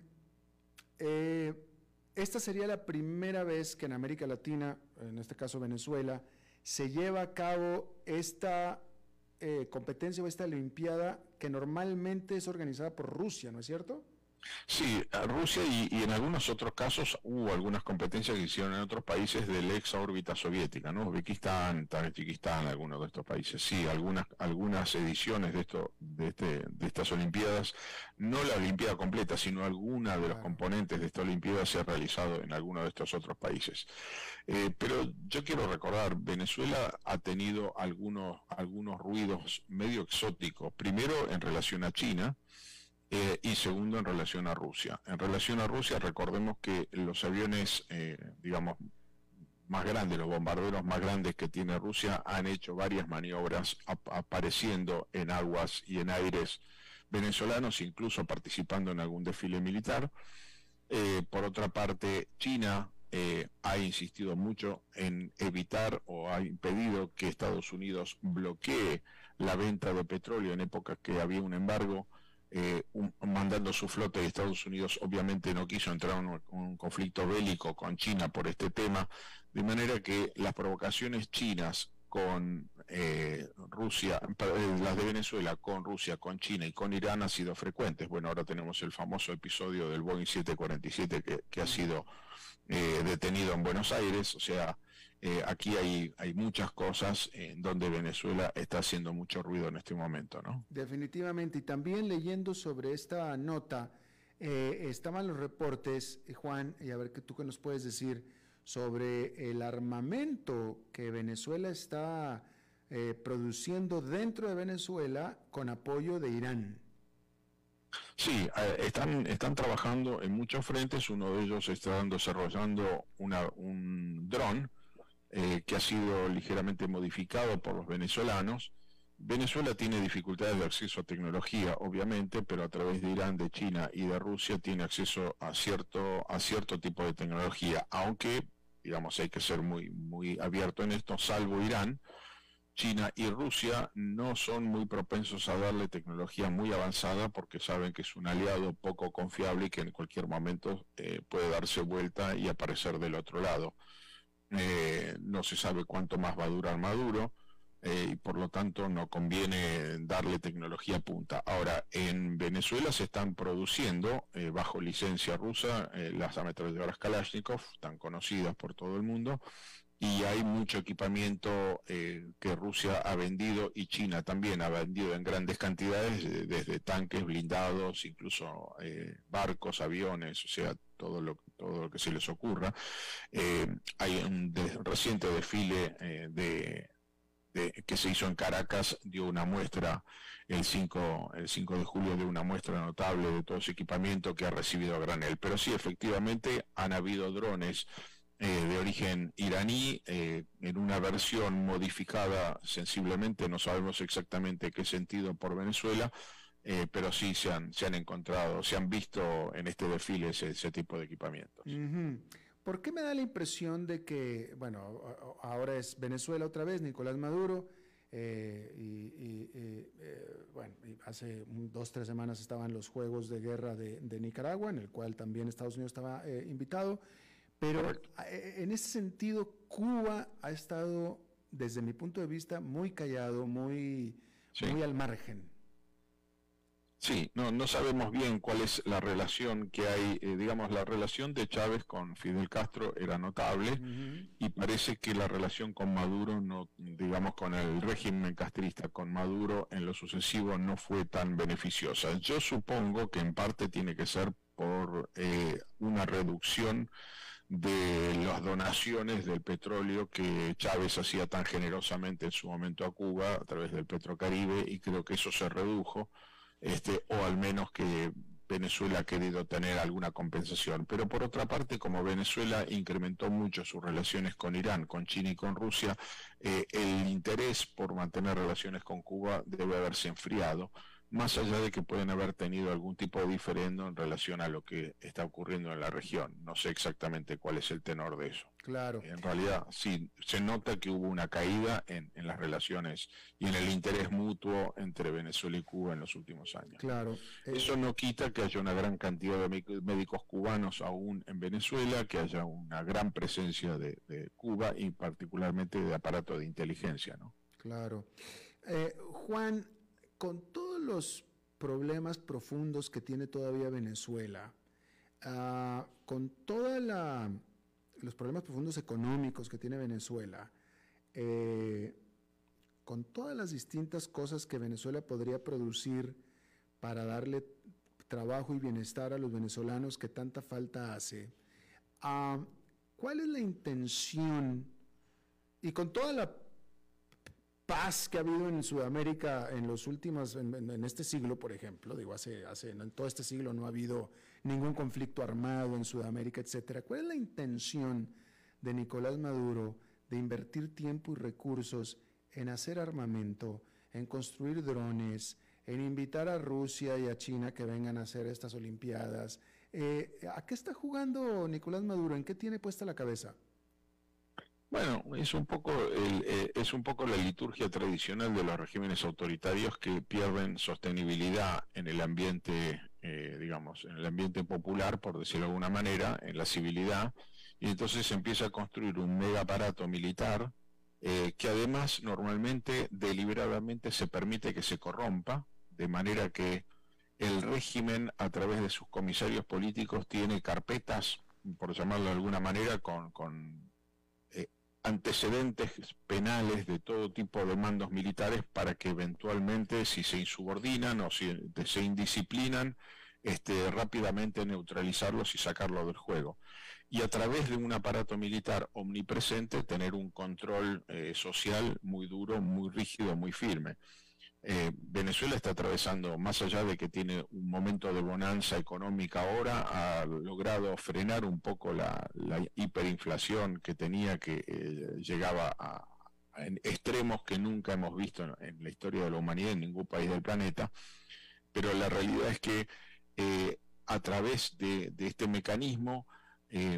eh, esta sería la primera vez que en América Latina, en este caso Venezuela, se lleva a cabo esta eh, competencia o esta olimpiada que normalmente es organizada por Rusia, ¿no es cierto?
Sí, Rusia y, y en algunos otros casos hubo algunas competencias que hicieron en otros países de la ex órbita soviética, ¿no? Uzbekistán, Tayikistán, algunos de estos países. Sí, algunas algunas ediciones de esto de este de estas olimpiadas, no la olimpiada completa, sino alguna de los componentes de esta olimpiada se ha realizado en alguno de estos otros países. Eh, pero yo quiero recordar, Venezuela ha tenido algunos algunos ruidos medio exóticos. Primero en relación a China. Eh, y segundo, en relación a Rusia. En relación a Rusia, recordemos que los aviones, eh, digamos, más grandes, los bombarderos más grandes que tiene Rusia, han hecho varias maniobras ap- apareciendo en aguas y en aires venezolanos, incluso participando en algún desfile militar. Eh, por otra parte, China eh, ha insistido mucho en evitar o ha impedido que Estados Unidos bloquee la venta de petróleo en épocas que había un embargo. Eh, un, mandando su flota, y Estados Unidos obviamente no quiso entrar en un, un conflicto bélico con China por este tema, de manera que las provocaciones chinas con eh, Rusia, eh, las de Venezuela con Rusia, con China y con Irán han sido frecuentes. Bueno, ahora tenemos el famoso episodio del Boeing siete cuarenta y siete que, que ha sido eh, detenido en Buenos Aires. O sea, eh, aquí hay, hay muchas cosas en donde Venezuela está haciendo mucho ruido en este momento, ¿no?
Definitivamente. Y también leyendo sobre esta nota, eh, estaban los reportes, eh, Juan, y a ver qué tú qué nos puedes decir sobre el armamento que Venezuela está eh, produciendo dentro de Venezuela con apoyo de Irán.
Sí, eh, están, están trabajando en muchos frentes. Uno de ellos está desarrollando una, un dron eh, que ha sido ligeramente modificado por los venezolanos. Venezuela tiene dificultades de acceso a tecnología, obviamente, pero a través de Irán, de China y de Rusia tiene acceso a cierto, a cierto tipo de tecnología, aunque, digamos, hay que ser muy, muy abierto en esto, salvo Irán. China y Rusia no son muy propensos a darle tecnología muy avanzada porque saben que es un aliado poco confiable y que en cualquier momento eh, puede darse vuelta y aparecer del otro lado. Eh, no se sabe cuánto más va a durar Maduro. Eh, y por lo tanto no conviene darle tecnología punta. Ahora, en Venezuela se están produciendo, eh, bajo licencia rusa, eh, las ametralladoras Kalashnikov, tan conocidas por todo el mundo, y hay mucho equipamiento eh, que Rusia ha vendido y China también ha vendido en grandes cantidades, eh, desde tanques blindados, incluso eh, barcos, aviones, o sea, todo lo, todo lo que se les ocurra. Eh, hay un de, reciente desfile eh, de De, que se hizo en Caracas, dio una muestra el cinco, el cinco de julio, de una muestra notable de todo ese equipamiento que ha recibido a granel. Pero sí, efectivamente, han habido drones eh, de origen iraní, eh, en una versión modificada sensiblemente, no sabemos exactamente qué sentido por Venezuela, eh, pero sí se han, se han encontrado, se han visto en este desfile ese, ese tipo de equipamientos.
Uh-huh. ¿Por qué me da la impresión de que, bueno, ahora es Venezuela otra vez, Nicolás Maduro, eh, y, y, y eh, bueno, y hace un, dos, tres semanas estaban los Juegos de Guerra de, de Nicaragua, en el cual también Estados Unidos estaba eh, invitado, pero eh, en ese sentido Cuba ha estado, desde mi punto de vista, muy callado, muy, sí. muy al margen.
Sí, no, no sabemos bien cuál es la relación que hay, eh, digamos, la relación de Chávez con Fidel Castro era notable, uh-huh. y parece que la relación con Maduro, no, digamos, con el régimen castrista, con Maduro en lo sucesivo no fue tan beneficiosa. Yo supongo que en parte tiene que ser por eh, una reducción de las donaciones del petróleo que Chávez hacía tan generosamente en su momento a Cuba a través del Petrocaribe, y creo que eso se redujo. Este, o al menos que Venezuela ha querido tener alguna compensación. Pero por otra parte, como Venezuela incrementó mucho sus relaciones con Irán, con China y con Rusia, eh, el interés por mantener relaciones con Cuba debe haberse enfriado, más allá de que pueden haber tenido algún tipo de diferendo en relación a lo que está ocurriendo en la región. No sé exactamente cuál es el tenor de eso.
Claro.
En realidad, sí, se nota que hubo una caída en, en las relaciones y en el interés mutuo entre Venezuela y Cuba en los últimos años.
Claro.
Eh, eso no quita que haya una gran cantidad de médicos cubanos aún en Venezuela, que haya una gran presencia de, de Cuba y particularmente de aparato de inteligencia, ¿no?
Claro. Eh, Juan, con todos los problemas profundos que tiene todavía Venezuela, uh, con todos los problemas profundos económicos que tiene Venezuela, eh, con todas las distintas cosas que Venezuela podría producir para darle trabajo y bienestar a los venezolanos que tanta falta hace, uh, ¿cuál es la intención? Y con toda la paz que ha habido en Sudamérica en los últimos, en, en este siglo, por ejemplo, digo, hace, hace, en todo este siglo no ha habido ningún conflicto armado en Sudamérica, etcétera. ¿Cuál es la intención de Nicolás Maduro de invertir tiempo y recursos en hacer armamento, en construir drones, en invitar a Rusia y a China que vengan a hacer estas Olimpiadas? Eh, ¿A qué está jugando Nicolás Maduro? ¿En qué tiene puesta la cabeza?
Bueno, es un poco el, eh, es un poco la liturgia tradicional de los regímenes autoritarios que pierden sostenibilidad en el ambiente, eh, digamos, en el ambiente popular, por decirlo de alguna manera, en la civilidad, y entonces se empieza a construir un mega aparato militar eh, que además normalmente deliberadamente se permite que se corrompa, de manera que el régimen a través de sus comisarios políticos tiene carpetas, por llamarlo de alguna manera, con, con eh, antecedentes penales de todo tipo de mandos militares para que eventualmente, si se insubordinan o si se indisciplinan, este, rápidamente neutralizarlos y sacarlos del juego. Y a través de un aparato militar omnipresente tener un control eh, social muy duro, muy rígido, muy firme. Eh, Venezuela está atravesando, más allá de que tiene un momento de bonanza económica ahora, ha logrado frenar un poco la, la hiperinflación que tenía, que eh, llegaba a, a extremos que nunca hemos visto en, en la historia de la humanidad en ningún país del planeta, pero la realidad es que eh, a través de, de este mecanismo, eh,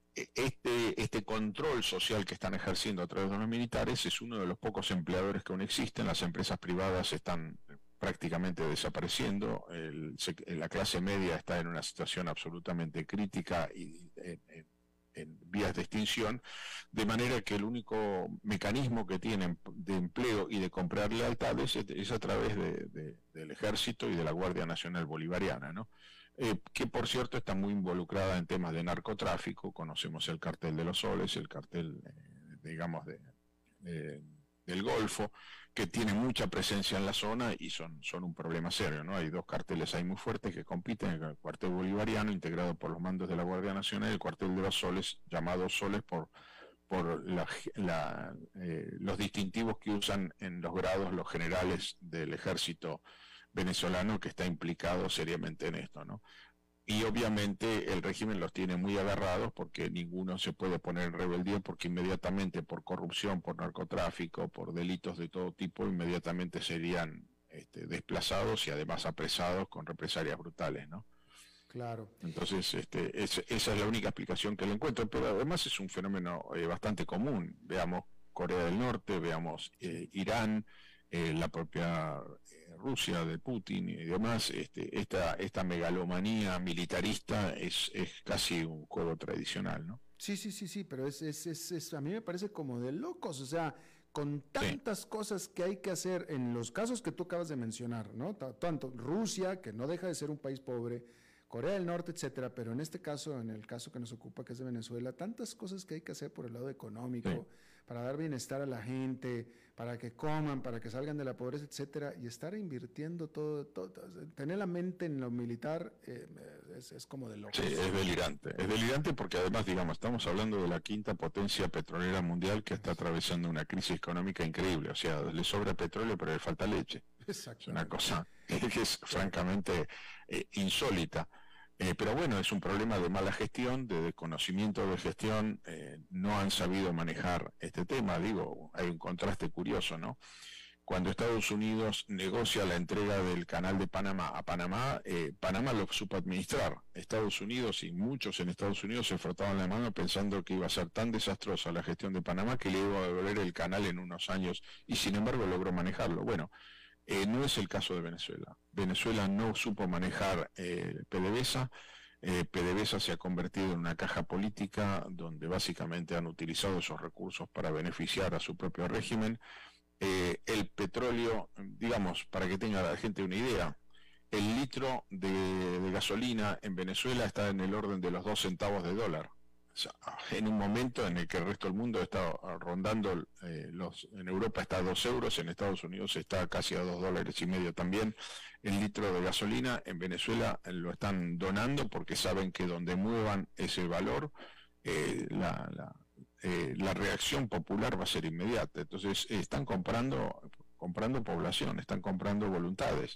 Este, este control social que están ejerciendo a través de los militares es uno de los pocos empleadores que aún existen. Las empresas privadas están prácticamente desapareciendo, el, la clase media está en una situación absolutamente crítica y en, en, en vías de extinción, de manera que el único mecanismo que tienen de empleo y de comprar lealtades es, es a través de, de, del Ejército y de la Guardia Nacional Bolivariana, ¿no? Eh, que por cierto está muy involucrada en temas de narcotráfico. Conocemos el cartel de los soles, el cartel, eh, digamos, de, de, del Golfo, que tiene mucha presencia en la zona y son, son un problema serio, ¿no? Hay dos carteles ahí muy fuertes que compiten, el cuartel bolivariano, integrado por los mandos de la Guardia Nacional, y el cuartel de los soles, llamado soles por, por la, la, eh, los distintivos que usan en los grados los generales del ejército venezolano, que está implicado seriamente en esto, ¿no? Y obviamente el régimen los tiene muy agarrados porque ninguno se puede poner en rebeldía, porque inmediatamente por corrupción, por narcotráfico, por delitos de todo tipo, inmediatamente serían este, desplazados y además apresados con represalias brutales, ¿no?
Claro.
Entonces, este, es, esa es la única explicación que le encuentro, pero además es un fenómeno eh, bastante común. Veamos Corea del Norte, veamos eh, Irán, eh, la propia eh, Rusia de Putin y demás. Este, esta, esta megalomanía militarista es, es casi un juego tradicional, ¿no?
Sí, sí, sí, sí, pero es, es, es, es, a mí me parece como de locos, o sea, con tantas sí. cosas que hay que hacer en los casos que tú acabas de mencionar, ¿no? Tanto Rusia, que no deja de ser un país pobre, Corea del Norte, etcétera, pero en este caso, en el caso que nos ocupa, que es de Venezuela, tantas cosas que hay que hacer por el lado económico, sí. para dar bienestar a la gente, para que coman, para que salgan de la pobreza, etcétera, y estar invirtiendo todo, todo tener la mente en lo militar eh, es, es como de loco.
Sí, es delirante, es delirante porque además, digamos, estamos hablando de la quinta potencia petrolera mundial que está atravesando una crisis económica increíble, o sea, le sobra petróleo pero le falta leche. Es una cosa que es francamente eh, insólita. Eh, pero bueno, es un problema de mala gestión, de desconocimiento de gestión, eh, no han sabido manejar este tema. Digo, hay un contraste curioso, ¿no? Cuando Estados Unidos negocia la entrega del canal de Panamá a Panamá, eh, Panamá lo supo administrar. Estados Unidos y muchos en Estados Unidos se frotaban la mano pensando que iba a ser tan desastrosa la gestión de Panamá que le iba a devolver el canal en unos años, y sin embargo logró manejarlo. Bueno, Eh, no es el caso de Venezuela. Venezuela no supo manejar eh, PDVSA. Eh, PDVSA se ha convertido en una caja política donde básicamente han utilizado esos recursos para beneficiar a su propio régimen. Eh, el petróleo, digamos, para que tenga la gente una idea, el litro de, de gasolina en Venezuela está en el orden de los dos centavos de dólar. O sea, en un momento en el que el resto del mundo está rondando, eh, los, en Europa está a dos euros, en Estados Unidos está casi a dos dólares y medio también el litro de gasolina. En Venezuela eh, lo están donando porque saben que donde muevan ese valor, eh, la, la, eh, la reacción popular va a ser inmediata. Entonces eh, están comprando, comprando población, están comprando voluntades.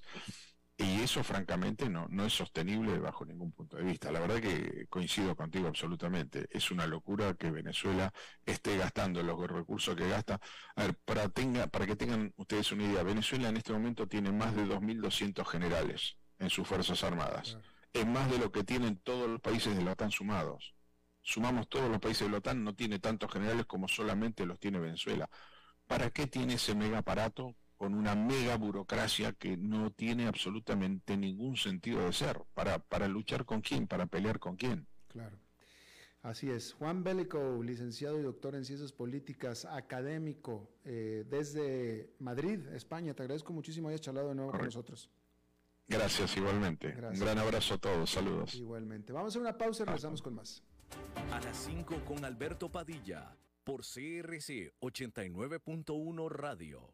Y eso francamente no, no es sostenible bajo ningún punto de vista. La verdad que coincido contigo absolutamente. Es una locura que Venezuela esté gastando los recursos que gasta. A ver, para, tenga, para que tengan ustedes una idea, Venezuela en este momento tiene más de dos mil doscientos generales en sus Fuerzas Armadas. Claro. Es más de lo que tienen todos los países de la OTAN sumados. Sumamos todos los países de la OTAN, no tiene tantos generales como solamente los tiene Venezuela. ¿Para qué tiene ese mega aparato con una mega burocracia que no tiene absolutamente ningún sentido de ser? ¿Para, para luchar con quién? ¿Para pelear con quién?
Claro. Así es. Juan Bellico, licenciado y doctor en Ciencias Políticas, académico eh, desde Madrid, España. Te agradezco muchísimo que hayas charlado de nuevo Correcto. con nosotros.
Gracias, igualmente. Gracias. Un gran abrazo a todos. Saludos.
Igualmente. Vamos a hacer una pausa y regresamos con más.
A las cinco con Alberto Padilla, por C R C ochenta y nueve punto uno Radio.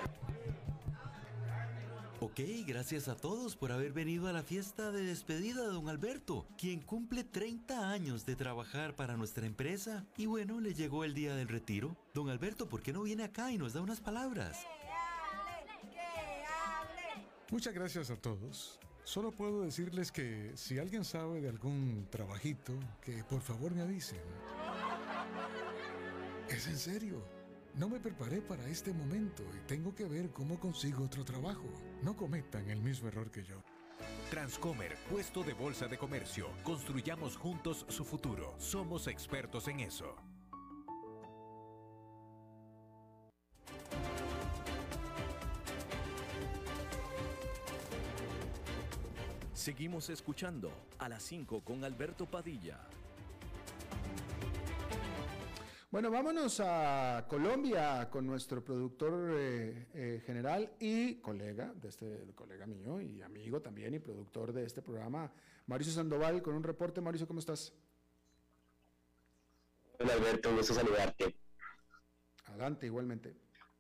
Ok, gracias a todos por haber venido a la fiesta de despedida de don Alberto, quien cumple treinta años de trabajar para nuestra empresa. Y bueno, le llegó el día del retiro. Don Alberto, ¿por qué no viene acá y nos da unas palabras?
¡Que hable! ¡Que hable!
Muchas gracias a todos. Solo puedo decirles que si alguien sabe de algún trabajito, que por favor me avisen. Es en serio. No me preparé para este momento y tengo que ver cómo consigo otro trabajo. No cometan el mismo error que yo.
Transcomer, puesto de bolsa de comercio. Construyamos juntos su futuro. Somos expertos en eso.
Seguimos escuchando a las cinco con Alberto Padilla.
Bueno, vámonos a Colombia con nuestro productor eh, eh, general y colega, de este colega mío y amigo también y productor de este programa, Mauricio Sandoval, con un reporte. Mauricio, ¿cómo estás?
Hola Alberto, un gusto saludarte.
Adelante, igualmente.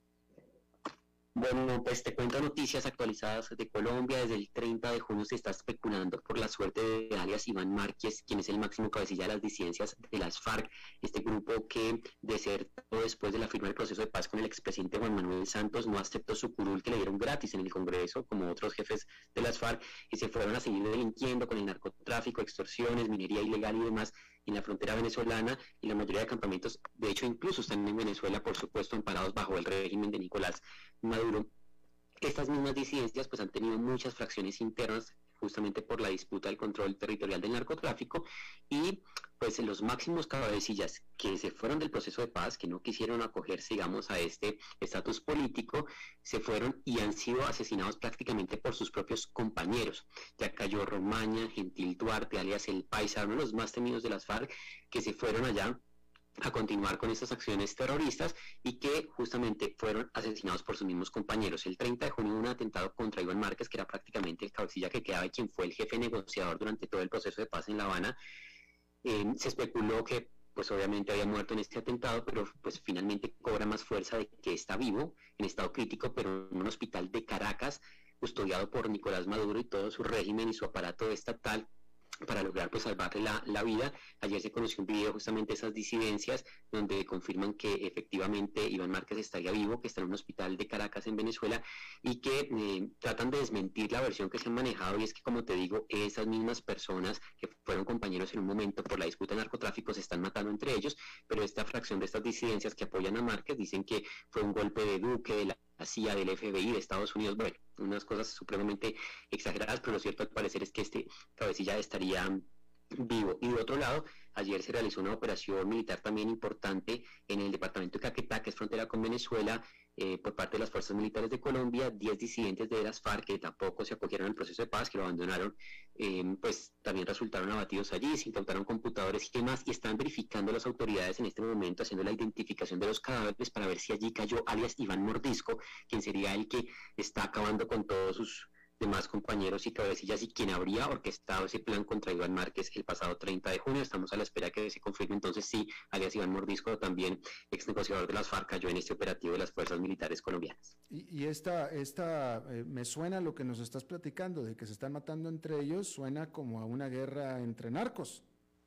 Bueno, pues te cuento noticias actualizadas de Colombia. Desde el treinta de junio se está especulando por la suerte de alias Iván Márquez, quien es el máximo cabecilla de las disidencias de las FARC, este grupo que desertó después de la firma del proceso de paz con el expresidente Juan Manuel Santos, no aceptó su curul que le dieron gratis en el Congreso, como otros jefes de las FARC, y se fueron a seguir delinquiendo con el narcotráfico, extorsiones, minería ilegal y demás en la frontera venezolana, y la mayoría de campamentos, de hecho, incluso están en Venezuela, por supuesto, amparados bajo el régimen de Nicolás Maduro. Estas mismas disidencias pues han tenido muchas fracciones internas justamente por la disputa del control territorial del narcotráfico, y pues los máximos cabecillas que se fueron del proceso de paz, que no quisieron acogerse, digamos, a este estatus político, se fueron y han sido asesinados prácticamente por sus propios compañeros. Ya cayó Romaña, Gentil Duarte, alias El Paisa, uno de los más temidos de las FARC, que se fueron allá a continuar con estas acciones terroristas y que justamente fueron asesinados por sus mismos compañeros. El treinta de junio, un atentado contra Iván Márquez, que era prácticamente el cabecilla que quedaba y quien fue el jefe negociador durante todo el proceso de paz en La Habana. Eh, se especuló que pues obviamente había muerto en este atentado, pero pues finalmente cobra más fuerza de que está vivo, en estado crítico, pero en un hospital de Caracas, custodiado por Nicolás Maduro y todo su régimen y su aparato estatal, para lograr pues salvarle la, la vida. Ayer se conoció un video justamente de esas disidencias donde confirman que efectivamente Iván Márquez estaría vivo, que está en un hospital de Caracas en Venezuela, y que eh, tratan de desmentir la versión que se ha manejado, y es que, como te digo, esas mismas personas que fueron compañeros en un momento por la disputa de narcotráfico se están matando entre ellos, pero esta fracción de estas disidencias que apoyan a Márquez dicen que fue un golpe de Duque, de la la C I A, del F B I, de Estados Unidos. Bueno, unas cosas supremamente exageradas, pero lo cierto al parecer es que este cabecilla estaría vivo. Y de otro lado, ayer se realizó una operación militar también importante en el departamento de Caquetá, que es frontera con Venezuela, eh, por parte de las fuerzas militares de Colombia. Diez disidentes de las FARC que tampoco se acogieron al proceso de paz, que lo abandonaron, eh, pues también resultaron abatidos allí, se incautaron computadores y demás, y están verificando las autoridades en este momento, haciendo la identificación de los cadáveres para ver si allí cayó alias Iván Mordisco, quien sería el que está acabando con todos sus demás compañeros y cabecillas, y quien habría orquestado ese plan contra Iván Márquez el pasado treinta de junio. Estamos a la espera que se confirme entonces si alias Iván Mordisco, también ex negociador de las FARC, cayó en este operativo de las fuerzas militares colombianas.
Y, y esta, esta eh, me suena lo que nos estás platicando, de que se están matando entre ellos, suena como a una guerra entre narcos.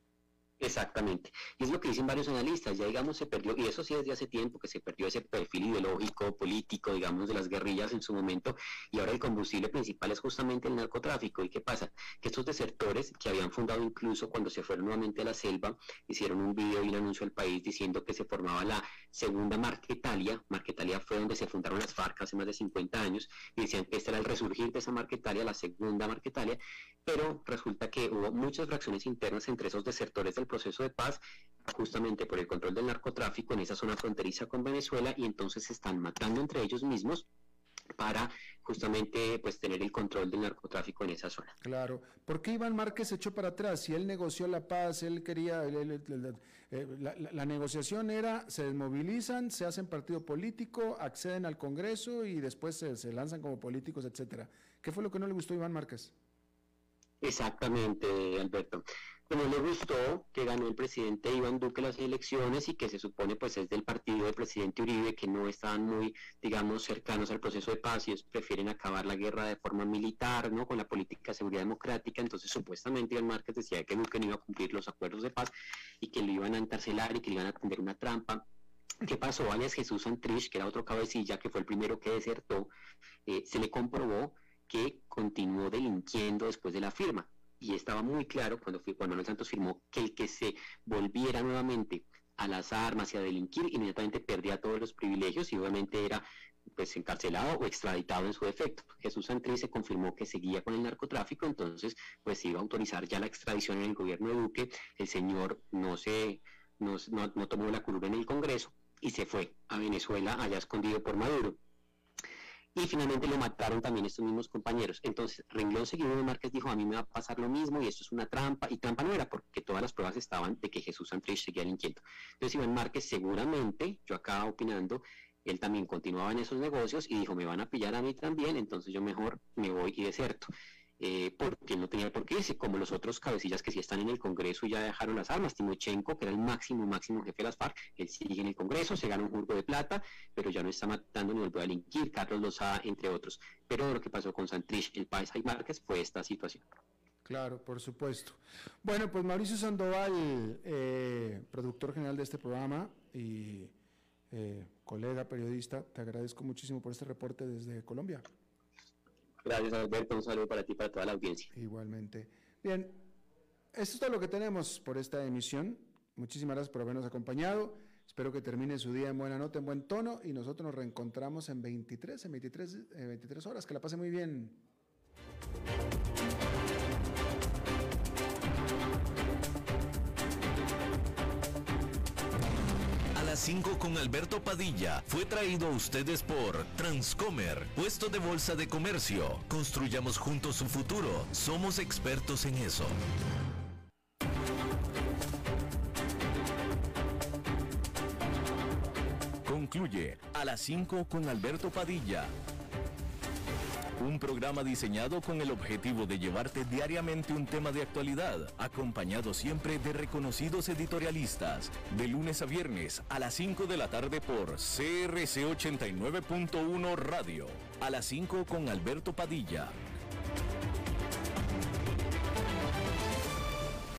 Exactamente, y es lo que dicen varios analistas. Ya digamos se perdió, y eso sí desde hace tiempo que se perdió ese perfil ideológico, político, digamos, de las guerrillas en su momento, y ahora el combustible principal es justamente el narcotráfico. ¿Y qué pasa? Que estos desertores, que habían fundado incluso cuando se fueron nuevamente a la selva, hicieron un video y un anuncio al país diciendo que se formaba la segunda Marquetalia. Marquetalia fue donde se fundaron las FARC hace más de cincuenta años, y decían que este era el resurgir de esa Marquetalia, la segunda Marquetalia, pero resulta que hubo muchas fracciones internas entre esos desertores del proceso de paz, justamente por el control del narcotráfico en esa zona fronteriza con Venezuela, y entonces se están matando entre ellos mismos, para justamente pues tener el control del narcotráfico en esa zona.
Claro. ¿Por qué Iván Márquez se echó para atrás? Si él negoció la paz, él quería, él, él, él, él, la, la, la negociación era, se desmovilizan, se hacen partido político, acceden al Congreso y después se, se lanzan como políticos, etcétera. ¿Qué fue lo que no le gustó a Iván Márquez?
Exactamente, Alberto. Bueno, le gustó que ganó el presidente Iván Duque las elecciones y que se supone pues es del partido del presidente Uribe, que no estaban muy, digamos, cercanos al proceso de paz y ellos prefieren acabar la guerra de forma militar, ¿no? Con la política de seguridad democrática. Entonces, supuestamente Iván Márquez decía que Duque no iba a cumplir los acuerdos de paz y que lo iban a encarcelar y que le iban a tender una trampa. ¿Qué pasó? Alias Jesús Santrich, que era otro cabecilla, que fue el primero que desertó, eh, se le comprobó que continuó delinquiendo después de la firma. Y estaba muy claro cuando Juan Manuel Santos firmó que el que se volviera nuevamente a las armas y a delinquir inmediatamente perdía todos los privilegios y obviamente era pues encarcelado o extraditado en su defecto. Jesús Santrich se confirmó que seguía con el narcotráfico, entonces pues se iba a autorizar ya la extradición en el gobierno de Duque. El señor no se no, no, no tomó la curva en el Congreso y se fue a Venezuela allá escondido por Maduro. Y finalmente lo mataron también estos mismos compañeros. Entonces, renglón seguido, Iván Márquez dijo, a mí me va a pasar lo mismo y esto es una trampa, y trampa no era porque todas las pruebas estaban de que Jesús Santrich seguía delinquiendo. Entonces, Iván Márquez seguramente, yo acá opinando, él también continuaba en esos negocios y dijo, me van a pillar a mí también, entonces yo mejor me voy y deserto. Eh, porque no tenía por qué irse, como los otros cabecillas que sí están en el Congreso y ya dejaron las armas. Timochenko, que era el máximo, máximo jefe de las FARC, él sigue en el Congreso, se gana un jurgo de plata, pero ya no está matando ni volvió a delinquir, Carlos Lozada, entre otros. Pero lo que pasó con Santrich, el País y Márquez fue esta situación.
Claro, por supuesto. Bueno, pues Mauricio Sandoval, eh, productor general de este programa y eh, colega periodista, te agradezco muchísimo por este reporte desde Colombia.
Gracias, Alberto, un saludo para ti y para toda la audiencia.
Igualmente. Bien, esto es todo lo que tenemos por esta emisión. Muchísimas gracias por habernos acompañado. Espero que termine su día en buena nota, en buen tono, y nosotros nos reencontramos en veintitrés, en veintitrés, en veintitrés horas. Que la pase muy bien.
A las cinco con Alberto Padilla fue traído a ustedes por Transcomer, puesto de bolsa de comercio. Construyamos juntos su futuro. Somos expertos en eso. Concluye A las cinco con Alberto Padilla. Un programa diseñado con el objetivo de llevarte diariamente un tema de actualidad, acompañado siempre de reconocidos editorialistas, de lunes a viernes a las cinco de la tarde por C R C ochenta y nueve punto uno Radio. A las cinco con Alberto Padilla.